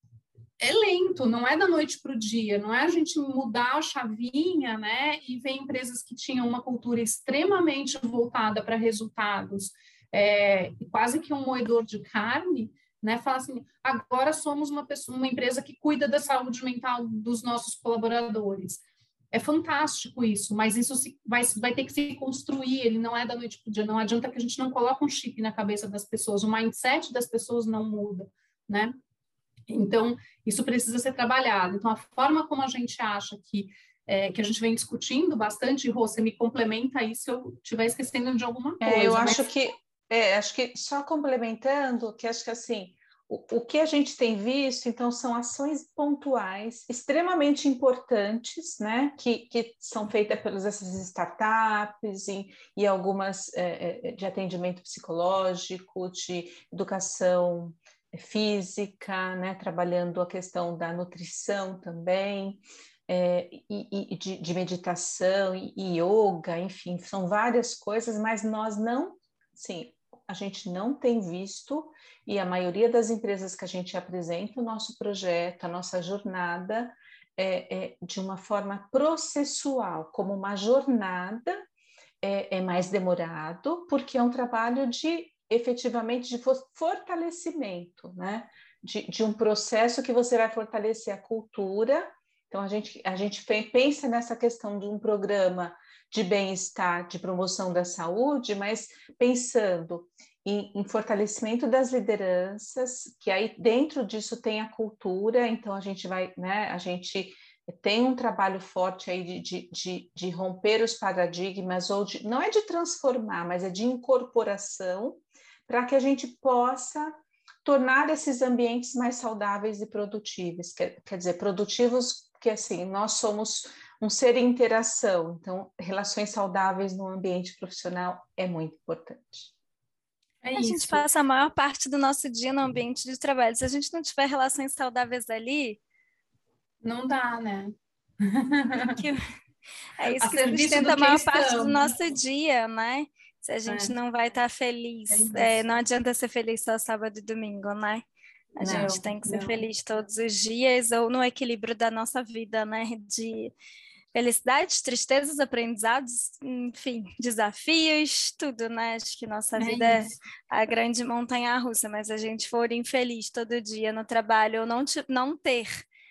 é lento, não é da noite para o dia, não é a gente mudar a chavinha, né? E ver empresas que tinham uma cultura extremamente voltada para resultados, é, quase que um moedor de carne. Né, fala assim, agora somos uma, pessoa, uma empresa que cuida da saúde mental dos nossos colaboradores. É fantástico isso, mas isso se, vai, vai ter que se construir, ele não é da noite para o dia, não adianta que a gente não coloque um chip na cabeça das pessoas, o mindset das pessoas não muda, né? Então, isso precisa ser trabalhado. Então, a forma como a gente acha que, é, que a gente vem discutindo bastante, e Rô, você me complementa aí se eu estiver esquecendo de alguma coisa. É, eu mas... acho que, é, acho que só complementando, que acho que assim, o, o que a gente tem visto, então, são ações pontuais, extremamente importantes, né, que, que são feitas pelas essas startups e, e algumas é, de atendimento psicológico, de educação física, né, trabalhando a questão da nutrição também, é, e, e de, de meditação e, e yoga, enfim, são várias coisas, mas nós não, sim, a gente não tem visto, e a maioria das empresas que a gente apresenta o nosso projeto, a nossa jornada, é, é de uma forma processual, como uma jornada, é, é mais demorado, porque é um trabalho de, efetivamente, de fortalecimento, né? De, de um processo que você vai fortalecer a cultura. Então, a gente, a gente pensa nessa questão de um programa de bem-estar, de promoção da saúde, mas pensando em, em fortalecimento das lideranças, que aí dentro disso tem a cultura, então a gente vai, né, a gente tem um trabalho forte aí de, de, de, de romper os paradigmas, ou de, não é de transformar, mas é de incorporação, para que a gente possa tornar esses ambientes mais saudáveis e produtivos, quer, quer dizer, produtivos, porque assim, nós somos um ser em interação, então relações saudáveis no ambiente profissional é muito importante. É A gente isso. passa a maior parte do nosso dia no ambiente de trabalho. Se a gente não tiver relações saudáveis ali, Não dá, né? que é A isso que serviço sustenta do a que maior parte do estamos. nosso dia, né? Se a gente É, não vai estar é feliz, é, isso. não adianta ser feliz só sábado e domingo, né? A gente Não, tem que ser não. feliz todos os dias ou no equilíbrio da nossa vida, né? De felicidades, tristezas, aprendizados, enfim, desafios, tudo, né? Acho que nossa É vida é isso. a grande montanha-russa, mas a gente for infeliz todo dia no trabalho ou não, te- não ter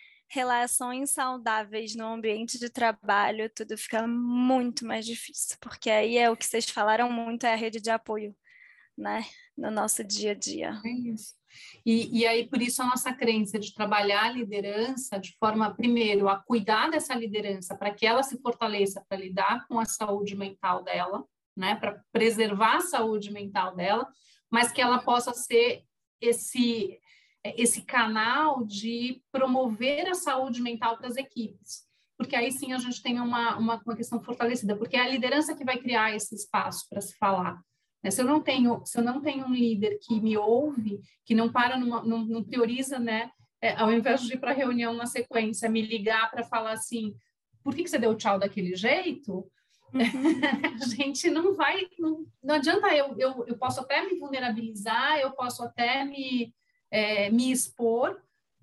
relações saudáveis no ambiente de trabalho, tudo fica muito mais difícil, porque aí é o que vocês falaram muito, é a rede de apoio, né? No nosso dia a dia. É isso. E, e aí, por isso, a nossa crença de trabalhar a liderança de forma, primeiro, a cuidar dessa liderança para que ela se fortaleça para lidar com a saúde mental dela, né, para preservar a saúde mental dela, mas que ela possa ser esse, esse canal de promover a saúde mental para as equipes. Porque aí sim a gente tem uma, uma, uma questão fortalecida, porque é a liderança que vai criar esse espaço para se falar. Se eu não tenho, se eu não tenho um líder que me ouve, que não para, numa, não, não prioriza, né? É, ao invés de ir para a reunião na sequência, me ligar para falar assim, por que, que você deu tchau daquele jeito? Uhum. A gente não vai, não, não adianta, eu, eu, eu posso até me vulnerabilizar, eu posso até me, é, me expor,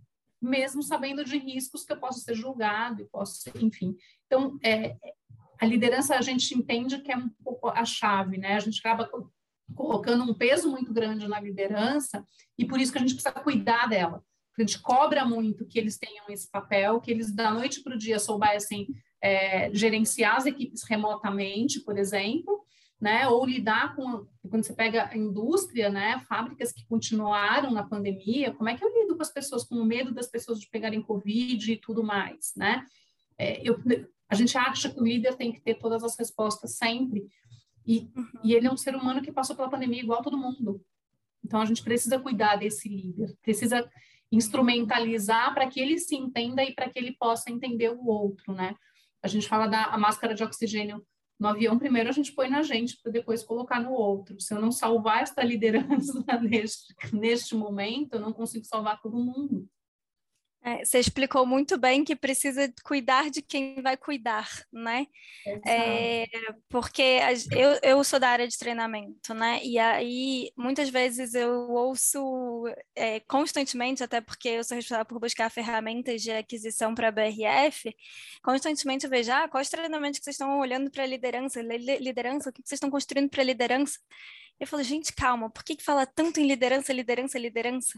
mesmo sabendo de riscos que eu posso ser julgado, eu posso ser, enfim. Então, é, a liderança a gente entende que é um pouco a chave, né? A gente acaba colocando um peso muito grande na liderança e por isso que a gente precisa cuidar dela. A gente cobra muito que eles tenham esse papel, que eles da noite para o dia soubessem é, gerenciar as equipes remotamente, por exemplo, né? Ou lidar com, quando você pega a indústria, né? Fábricas que continuaram na pandemia, como é que eu lido com as pessoas, com o medo das pessoas de pegarem Covid e tudo mais, né? É, eu, a gente acha que o líder tem que ter todas as respostas sempre, e, e ele é um ser humano que passou pela pandemia igual todo mundo. Então, a gente precisa cuidar desse líder, precisa instrumentalizar para que ele se entenda e para que ele possa entender o outro, né? A gente fala da a máscara de oxigênio no avião, primeiro a gente põe na gente, para depois colocar no outro. Se eu não salvar esta liderança neste, neste momento, eu não consigo salvar todo mundo. É, você explicou muito bem que precisa cuidar de quem vai cuidar, né? É, porque eu, eu sou da área de treinamento, né? E aí, muitas vezes eu ouço é, constantemente, até porque eu sou responsável por buscar ferramentas de aquisição para a B R F, constantemente eu vejo, ah, quais treinamentos que vocês estão olhando para liderança, liderança, o que vocês estão construindo para liderança? Eu falo, gente, calma, por que que fala tanto em liderança, liderança, liderança?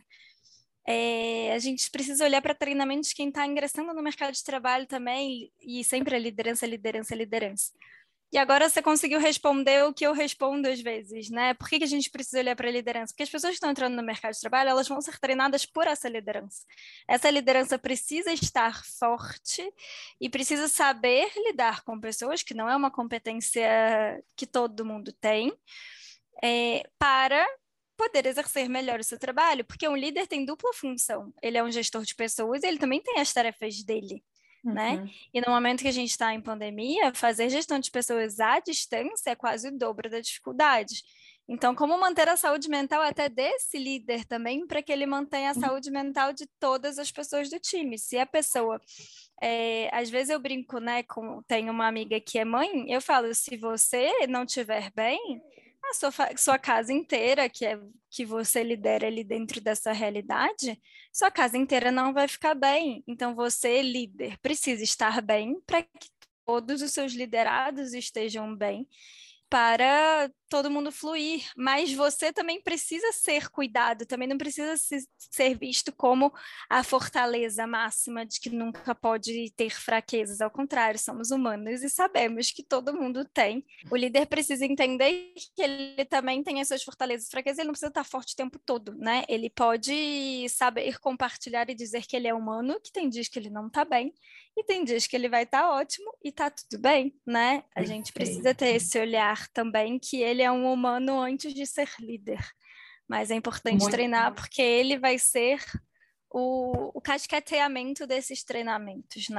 É, a gente precisa olhar para treinamentos de quem está ingressando no mercado de trabalho também, e sempre a liderança, liderança, liderança. E agora você conseguiu responder o que eu respondo às vezes, né? Por que que a gente precisa olhar para a liderança? Porque as pessoas que estão entrando no mercado de trabalho, elas vão ser treinadas por essa liderança. Essa liderança precisa estar forte e precisa saber lidar com pessoas, que não é uma competência que todo mundo tem, é, para poder exercer melhor o seu trabalho, porque um líder tem dupla função. Ele é um gestor de pessoas e ele também tem as tarefas dele, uhum. né? E no momento que a gente está em pandemia, fazer gestão de pessoas à distância é quase o dobro da dificuldade. Então, como manter a saúde mental até desse líder também, para que ele mantenha a saúde mental de todas as pessoas do time. Se a pessoa... É, às vezes eu brinco, né? Com, tenho uma amiga que é mãe, eu falo, se você não estiver bem, a sua, sua casa inteira, que é que você lidera ali dentro dessa realidade, sua casa inteira não vai ficar bem. Então, você, líder, precisa estar bem para que todos os seus liderados estejam bem, para todo mundo fluir, mas você também precisa ser cuidado, também não precisa se, ser visto como a fortaleza máxima de que nunca pode ter fraquezas, ao contrário, somos humanos e sabemos que todo mundo tem. O líder precisa entender que ele também tem as suas fortalezas e fraquezas, ele não precisa estar forte o tempo todo, né? Ele pode saber compartilhar e dizer que ele é humano, que tem dias que ele não está bem, e tem dias que ele vai estar ótimo e está tudo bem, né? A gente precisa ter esse olhar também que ele é um humano antes de ser líder. Mas é importante Muito treinar bom. Porque ele vai ser o, o cascateamento desses treinamentos, né?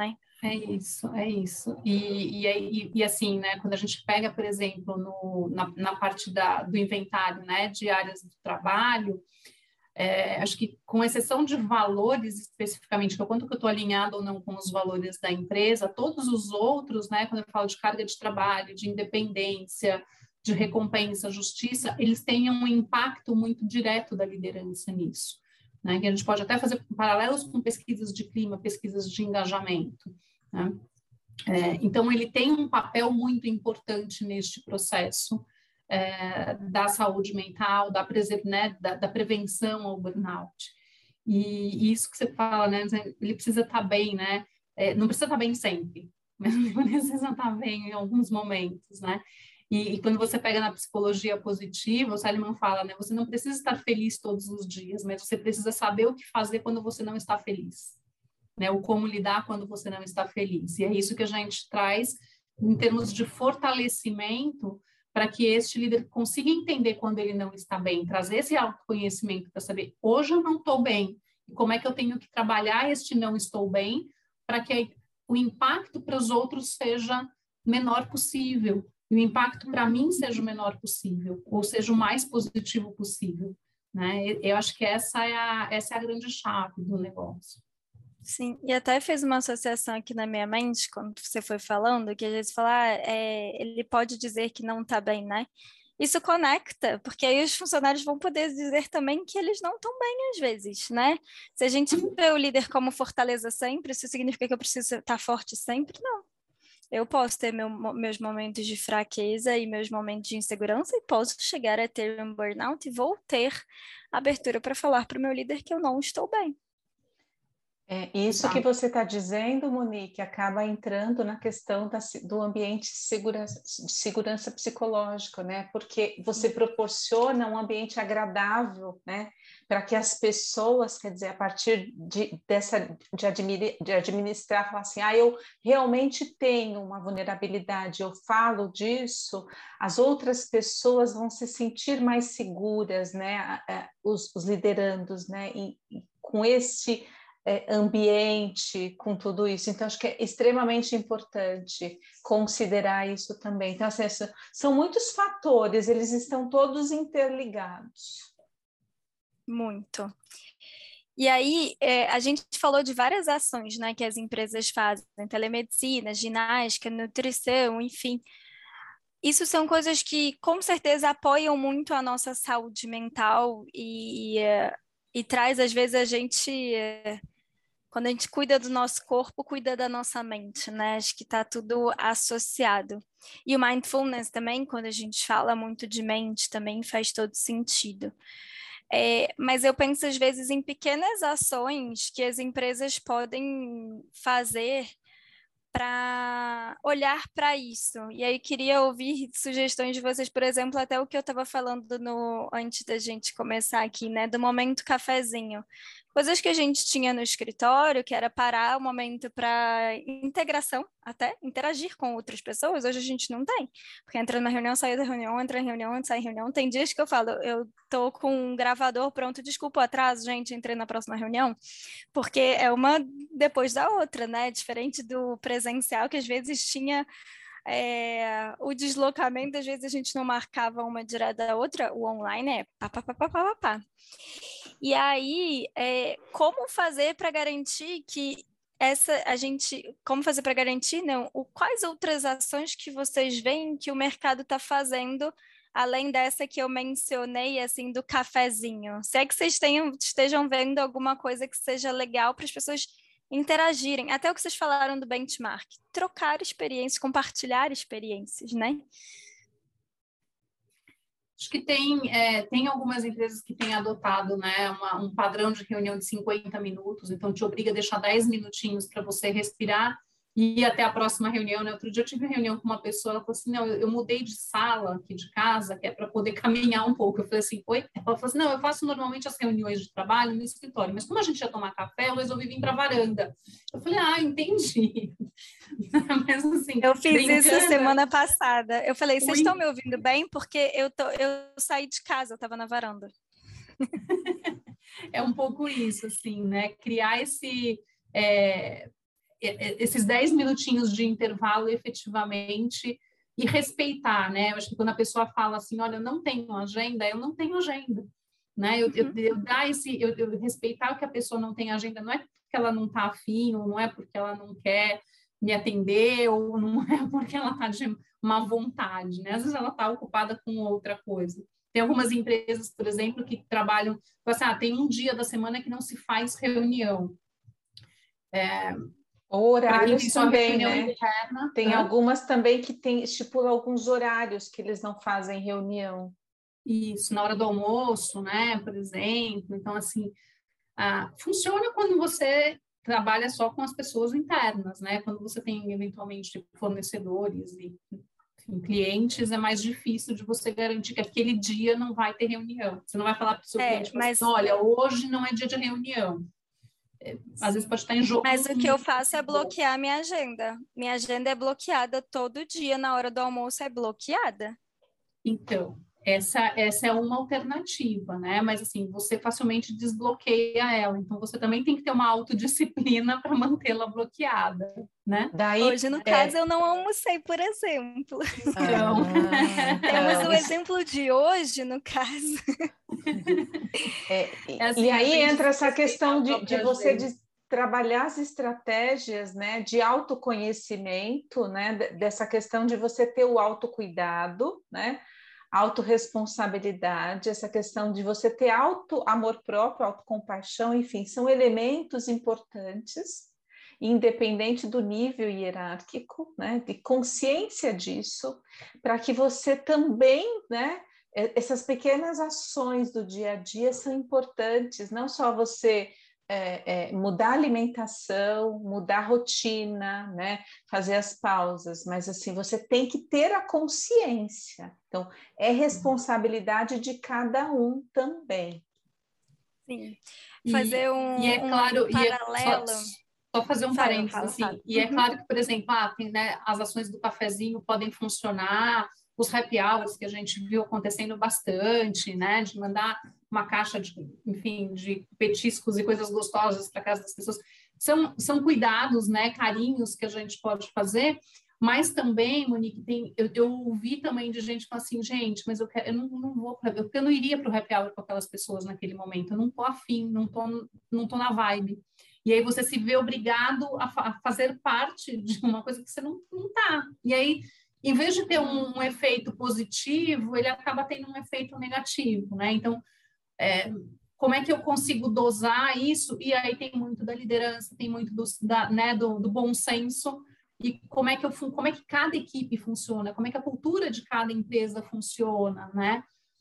É isso, é isso. E, e, e, e assim, né, quando a gente pega, por exemplo, no, na, na parte da, do inventário, né, de áreas do trabalho, é, acho que com exceção de valores especificamente, que é o quanto que eu estou alinhado ou não com os valores da empresa, todos os outros, né, quando eu falo de carga de trabalho, de independência, de recompensa, justiça, eles têm um impacto muito direto da liderança nisso, né, que a gente pode até fazer paralelos com pesquisas de clima, pesquisas de engajamento, né? É, então, ele tem um papel muito importante neste processo é, da saúde mental, da, né, da, da prevenção ao burnout. E, e isso que você fala, né, ele precisa estar bem, né? É, não precisa estar bem sempre, mas ele precisa estar bem em alguns momentos, né? E, e quando você pega na psicologia positiva, o Seligman fala, né, você não precisa estar feliz todos os dias, mas você precisa saber o que fazer quando você não está feliz. Né, o como lidar quando você não está feliz. E é isso que a gente traz em termos de fortalecimento para que este líder consiga entender quando ele não está bem, trazer esse autoconhecimento para saber, hoje eu não estou bem, e como é que eu tenho que trabalhar este não estou bem para que o impacto para os outros seja menor possível, e o impacto para mim seja o menor possível, ou seja, o mais positivo possível. Né? Eu acho que essa é a, essa é a grande chave do negócio. Sim, e até fez uma associação aqui na minha mente, quando você foi falando, que às vezes falar, ah, é, ele pode dizer que não está bem, né? Isso conecta, porque aí os funcionários vão poder dizer também que eles não estão bem às vezes, né? Se a gente vê o líder como fortaleza sempre, isso significa que eu preciso estar forte sempre? Não. Eu posso ter meu, meus momentos de fraqueza e meus momentos de insegurança e posso chegar a ter um burnout e vou ter abertura para falar para o meu líder que eu não estou bem. É, isso que você está dizendo, Monique, acaba entrando na questão da, do ambiente de segurança, de segurança psicológica, né? Porque você proporciona um ambiente agradável, né? Para que as pessoas, quer dizer, a partir de, dessa, de, admir, de administrar, falar assim, ah, eu realmente tenho uma vulnerabilidade, eu falo disso, as outras pessoas vão se sentir mais seguras, né? Os, os liderandos, né? E, e com esse ambiente, com tudo isso. Então, acho que é extremamente importante considerar isso também. Então, assim, são muitos fatores, eles estão todos interligados. Muito. E aí, é, a gente falou de várias ações, né, que as empresas fazem, telemedicina, ginástica, nutrição, enfim. Isso são coisas que, com certeza, apoiam muito a nossa saúde mental e, e, e traz, às vezes, a gente... É, quando a gente cuida do nosso corpo, cuida da nossa mente, né? Acho que está tudo associado. E o mindfulness também, quando a gente fala muito de mente, também faz todo sentido. É, mas eu penso, às vezes, em pequenas ações que as empresas podem fazer para olhar para isso. E aí queria ouvir sugestões de vocês, por exemplo, até o que eu estava falando no, antes da gente começar aqui, né? Do momento cafezinho. Coisas que a gente tinha no escritório, que era parar o momento para integração, até interagir com outras pessoas, hoje a gente não tem. Porque entra na reunião, sai da reunião, entra em reunião, sai em reunião. Tem dias que eu falo, eu tô com um gravador pronto, desculpa o atraso, gente, entrei na próxima reunião. Porque é uma depois da outra, né? Diferente do presencial, que às vezes tinha... É, o deslocamento, às vezes a gente não marcava uma direto da outra, o online é pá, pá, pá, pá, pá, pá. E aí, é, como fazer para garantir que essa a gente, como fazer para garantir, não, o, quais outras ações que vocês veem que o mercado está fazendo, além dessa que eu mencionei, assim, do cafezinho? Se é que vocês tenham, estejam vendo alguma coisa que seja legal para as pessoas interagirem, até o que vocês falaram do benchmark, trocar experiências, compartilhar experiências, né? Acho que tem, é, tem algumas empresas que têm adotado, né, uma, um padrão de reunião de cinquenta minutos, então te obriga a deixar dez minutinhos para você respirar e ir até a próxima reunião, né? Outro dia eu tive uma reunião com uma pessoa, ela falou assim, não, eu, eu mudei de sala aqui de casa, que é para poder caminhar um pouco. Eu falei assim, oi? Ela falou assim, não, eu faço normalmente as reuniões de trabalho no escritório, mas como a gente ia tomar café, eu resolvi vir para a varanda. Eu falei, ah, entendi. Mas assim, eu fiz brincando, isso semana passada. Eu falei, vocês oi? estão me ouvindo bem? Porque eu, tô, eu saí de casa, eu estava na varanda. É um pouco isso, assim, né? Criar esse... É, esses dez minutinhos de intervalo efetivamente e respeitar, né? Eu acho que quando a pessoa fala assim, olha, eu não tenho agenda, eu não tenho agenda, né? Eu, eu, eu, dar esse, eu, eu respeitar que a pessoa não tem agenda, não é porque ela não está afim, ou não é porque ela não quer me atender, ou não é porque ela está de má vontade, né? Às vezes ela está ocupada com outra coisa. Tem algumas empresas, por exemplo, que trabalham, assim, ah, tem um dia da semana que não se faz reunião. É, Horários também, né? Interna, tem né? algumas também que tem, estipulam alguns horários que eles não fazem reunião. Isso, na hora do almoço, né, por exemplo. Então, assim, ah, funciona quando você trabalha só com as pessoas internas, né? Quando você tem, eventualmente, fornecedores e enfim, clientes, é mais difícil de você garantir que aquele dia não vai ter reunião. Você não vai falar para o seu É, cliente, mas... assim, olha, hoje não é dia de reunião. Às vezes pode estar em jogo. Mas o que eu faço é bloquear minha agenda. Minha agenda é bloqueada todo dia, na hora do almoço é bloqueada. Então, essa, essa é uma alternativa, né? Mas, assim, você facilmente desbloqueia ela. Então, você também tem que ter uma autodisciplina para mantê-la bloqueada, né? Daí, Hoje, no é... caso, eu não almocei, por exemplo. Então, ah, temos o exemplo de hoje, no caso. É, é assim, e aí entra essa questão de, de você de trabalhar as estratégias, né, de autoconhecimento, né, dessa questão de você ter o autocuidado, né, autorresponsabilidade, essa questão de você ter auto amor próprio, autocompaixão, enfim, são elementos importantes, independente do nível hierárquico, né, de consciência disso, para que você também, né, essas pequenas ações do dia a dia são importantes, não só você é, é, mudar a alimentação, mudar a rotina, né, fazer as pausas, mas assim, você tem que ter a consciência. Então, é responsabilidade de cada um também. Sim. Fazer um, e, e é claro, um paralelo... E é, só, só fazer um fala, parênteses, fala, assim, fala. e é uhum. claro que, por exemplo, ah, tem, né, as ações do cafezinho podem funcionar, os happy hours que a gente viu acontecendo bastante, né, de mandar uma caixa de, enfim, de petiscos e coisas gostosas para casa das pessoas, são, são cuidados, né, carinhos que a gente pode fazer, mas também, Monique, tem, eu, eu ouvi também de gente falar assim, gente, mas eu, quero, eu não, não vou, eu, eu não iria para o happy hour com aquelas pessoas naquele momento, eu não tô afim, não tô, não tô na vibe. E aí você se vê obrigado a, fa a fazer parte de uma coisa que você não, não tá. E aí, em vez de ter um, um efeito positivo, ele acaba tendo um efeito negativo, né? Então, é, como é que eu consigo dosar isso? E aí tem muito da liderança, tem muito do, da, né, do, do bom senso, e como é, que eu, como é que cada equipe funciona, como é que a cultura de cada empresa funciona, né?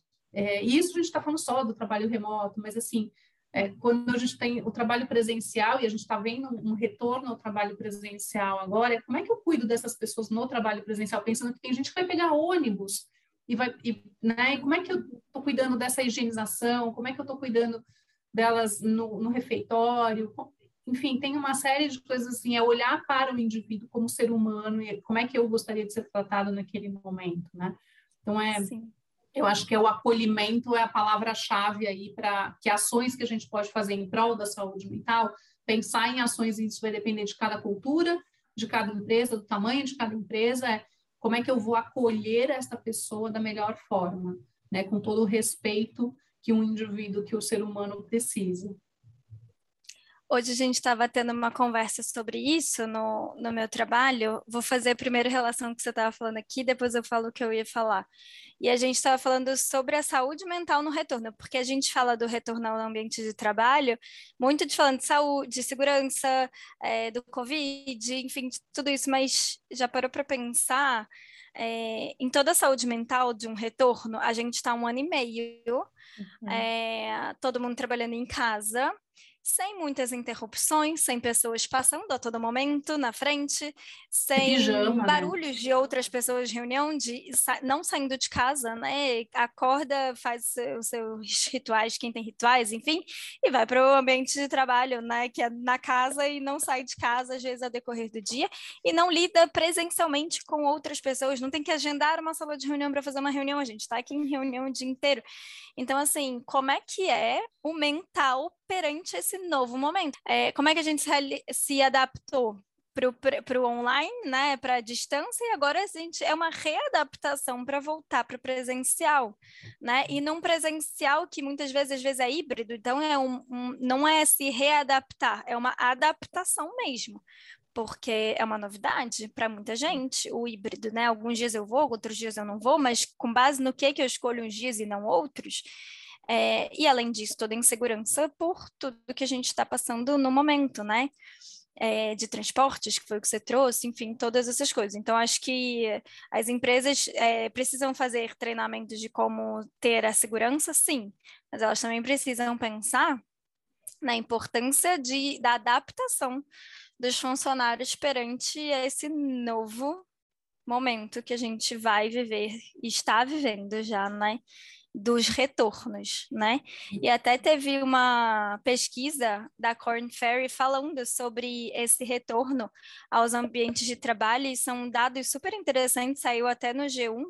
É, isso a gente está falando só do trabalho remoto, mas assim, é, quando a gente tem o trabalho presencial e a gente está vendo um, um retorno ao trabalho presencial agora, como é que eu cuido dessas pessoas no trabalho presencial, pensando que tem gente que vai pegar ônibus e vai, e, né, e como é que eu estou cuidando dessa higienização, como é que eu estou cuidando delas no, no refeitório, enfim, tem uma série de coisas assim, é olhar para o indivíduo como ser humano e como é que eu gostaria de ser tratado naquele momento, né? Então, é... Sim. Eu acho que é o acolhimento é a palavra-chave aí para que ações que a gente pode fazer em prol da saúde mental, pensar em ações, isso vai depender de cada cultura, de cada empresa, do tamanho de cada empresa, é como é que eu vou acolher essa pessoa da melhor forma, né, com todo o respeito que um indivíduo, que o ser humano precisa. Hoje a gente estava tendo uma conversa sobre isso no, no meu trabalho. Vou fazer a primeira relação que você estava falando aqui, depois eu falo o que eu ia falar. E a gente estava falando sobre a saúde mental no retorno, porque a gente fala do retorno ao ambiente de trabalho, muito de falando de saúde, de segurança, é, do Covid, enfim, de tudo isso, mas já parou para pensar é, em toda a saúde mental de um retorno? A gente está um ano e meio, uhum. é, todo mundo trabalhando em casa, sem muitas interrupções, sem pessoas passando a todo momento na frente, sem Pijama, barulhos, né? de outras pessoas de reunião, de sa não saindo de casa, né? Acorda, faz os seus rituais, quem tem rituais, enfim, e vai para o ambiente de trabalho, né? Que é na casa e não sai de casa, às vezes, ao decorrer do dia, e não lida presencialmente com outras pessoas, não tem que agendar uma sala de reunião para fazer uma reunião, a gente está aqui em reunião o dia inteiro. Então, assim, como é que é o mental perante esse novo momento? É, como é que a gente se, se adaptou? para o online, né, para a distância, e agora a gente é uma readaptação para voltar para o presencial, né, e num presencial que muitas vezes, às vezes é híbrido, então é um, um, não é se readaptar, é uma adaptação mesmo, porque é uma novidade para muita gente, o híbrido, né, alguns dias eu vou, outros dias eu não vou, mas com base no que, que eu escolho uns dias e não outros, é, e além disso, toda a insegurança por tudo que a gente está passando no momento, né, É, de transportes, que foi o que você trouxe, enfim, todas essas coisas. Então, acho que as empresas é, precisam fazer treinamentos de como ter a segurança, sim, mas elas também precisam pensar na importância de, da adaptação dos funcionários perante esse novo momento que a gente vai viver e está vivendo já, né? Dos retornos, né? E até teve uma pesquisa da Korn Ferry falando sobre esse retorno aos ambientes de trabalho, e são dados super interessantes, saiu até no G um,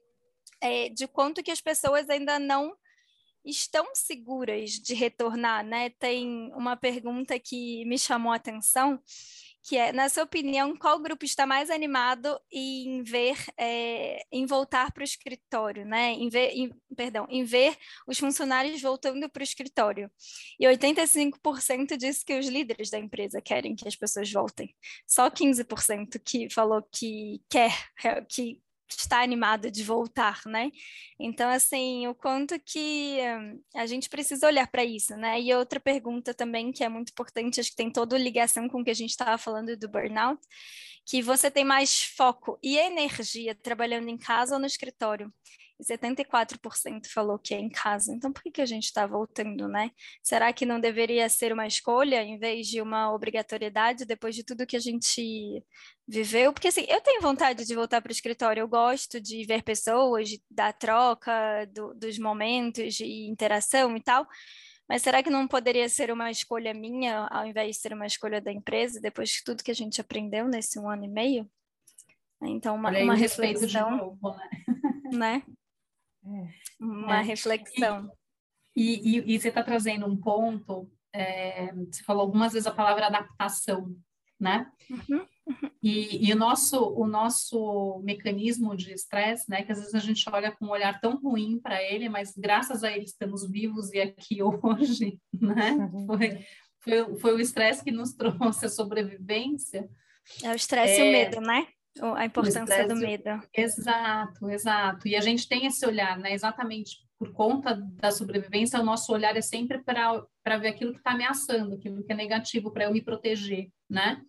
é, de quanto que as pessoas ainda não estão seguras de retornar, né? Tem uma pergunta que me chamou a atenção, que é, na sua opinião, qual grupo está mais animado em ver, é, em voltar para o escritório, né? Em ver, em, perdão, em ver os funcionários voltando para o escritório. E oitenta e cinco por cento disse que os líderes da empresa querem que as pessoas voltem. Só quinze por cento que falou que quer, que está animado de voltar, né? Então, assim, o quanto que um, a gente precisa olhar para isso, né? E outra pergunta também que é muito importante, acho que tem toda ligação com o que a gente estava falando do burnout, que você tem mais foco e energia trabalhando em casa ou no escritório? E setenta e quatro por cento falou que é em casa. Então, por que, que a gente está voltando, né? Será que não deveria ser uma escolha em vez de uma obrigatoriedade depois de tudo que a gente viveu? Porque, assim, eu tenho vontade de voltar para o escritório, eu gosto de ver pessoas, da troca, do, dos momentos de interação e tal, mas será que não poderia ser uma escolha minha ao invés de ser uma escolha da empresa, depois de tudo que a gente aprendeu nesse um ano e meio? Então, uma, Olha aí uma o respeito de reflexão, novo, né? né? É. Uma É. reflexão. E, e, e você está trazendo um ponto, é, você falou algumas vezes a palavra adaptação, né? Uhum. E, e o, nosso, o nosso mecanismo de estresse, né, que às vezes a gente olha com um olhar tão ruim para ele, mas graças a ele estamos vivos e aqui hoje, né? Uhum. Foi, foi, foi o estresse que nos trouxe a sobrevivência. É o estresse é, e o medo, né? A importância estresse, do medo. Exato, exato. E a gente tem esse olhar, né? Exatamente por conta da sobrevivência, o nosso olhar é sempre para ver aquilo que está ameaçando, aquilo que é negativo, para eu me proteger, né?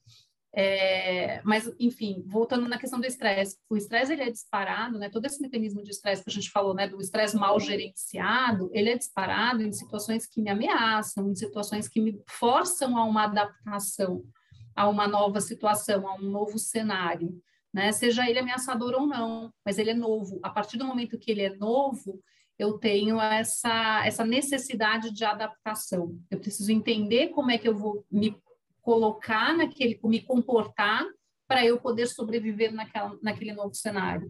É, mas, enfim, voltando na questão do estresse, o estresse ele é disparado, né? Todo esse mecanismo de estresse que a gente falou, né? Do estresse mal gerenciado, ele é disparado em situações que me ameaçam, em situações que me forçam a uma adaptação, a uma nova situação, a um novo cenário, né? Seja ele ameaçador ou não, mas ele é novo. A partir do momento que ele é novo, eu tenho essa, essa necessidade de adaptação. Eu preciso entender como é que eu vou me colocar naquele, me comportar para eu poder sobreviver naquela, naquele novo cenário.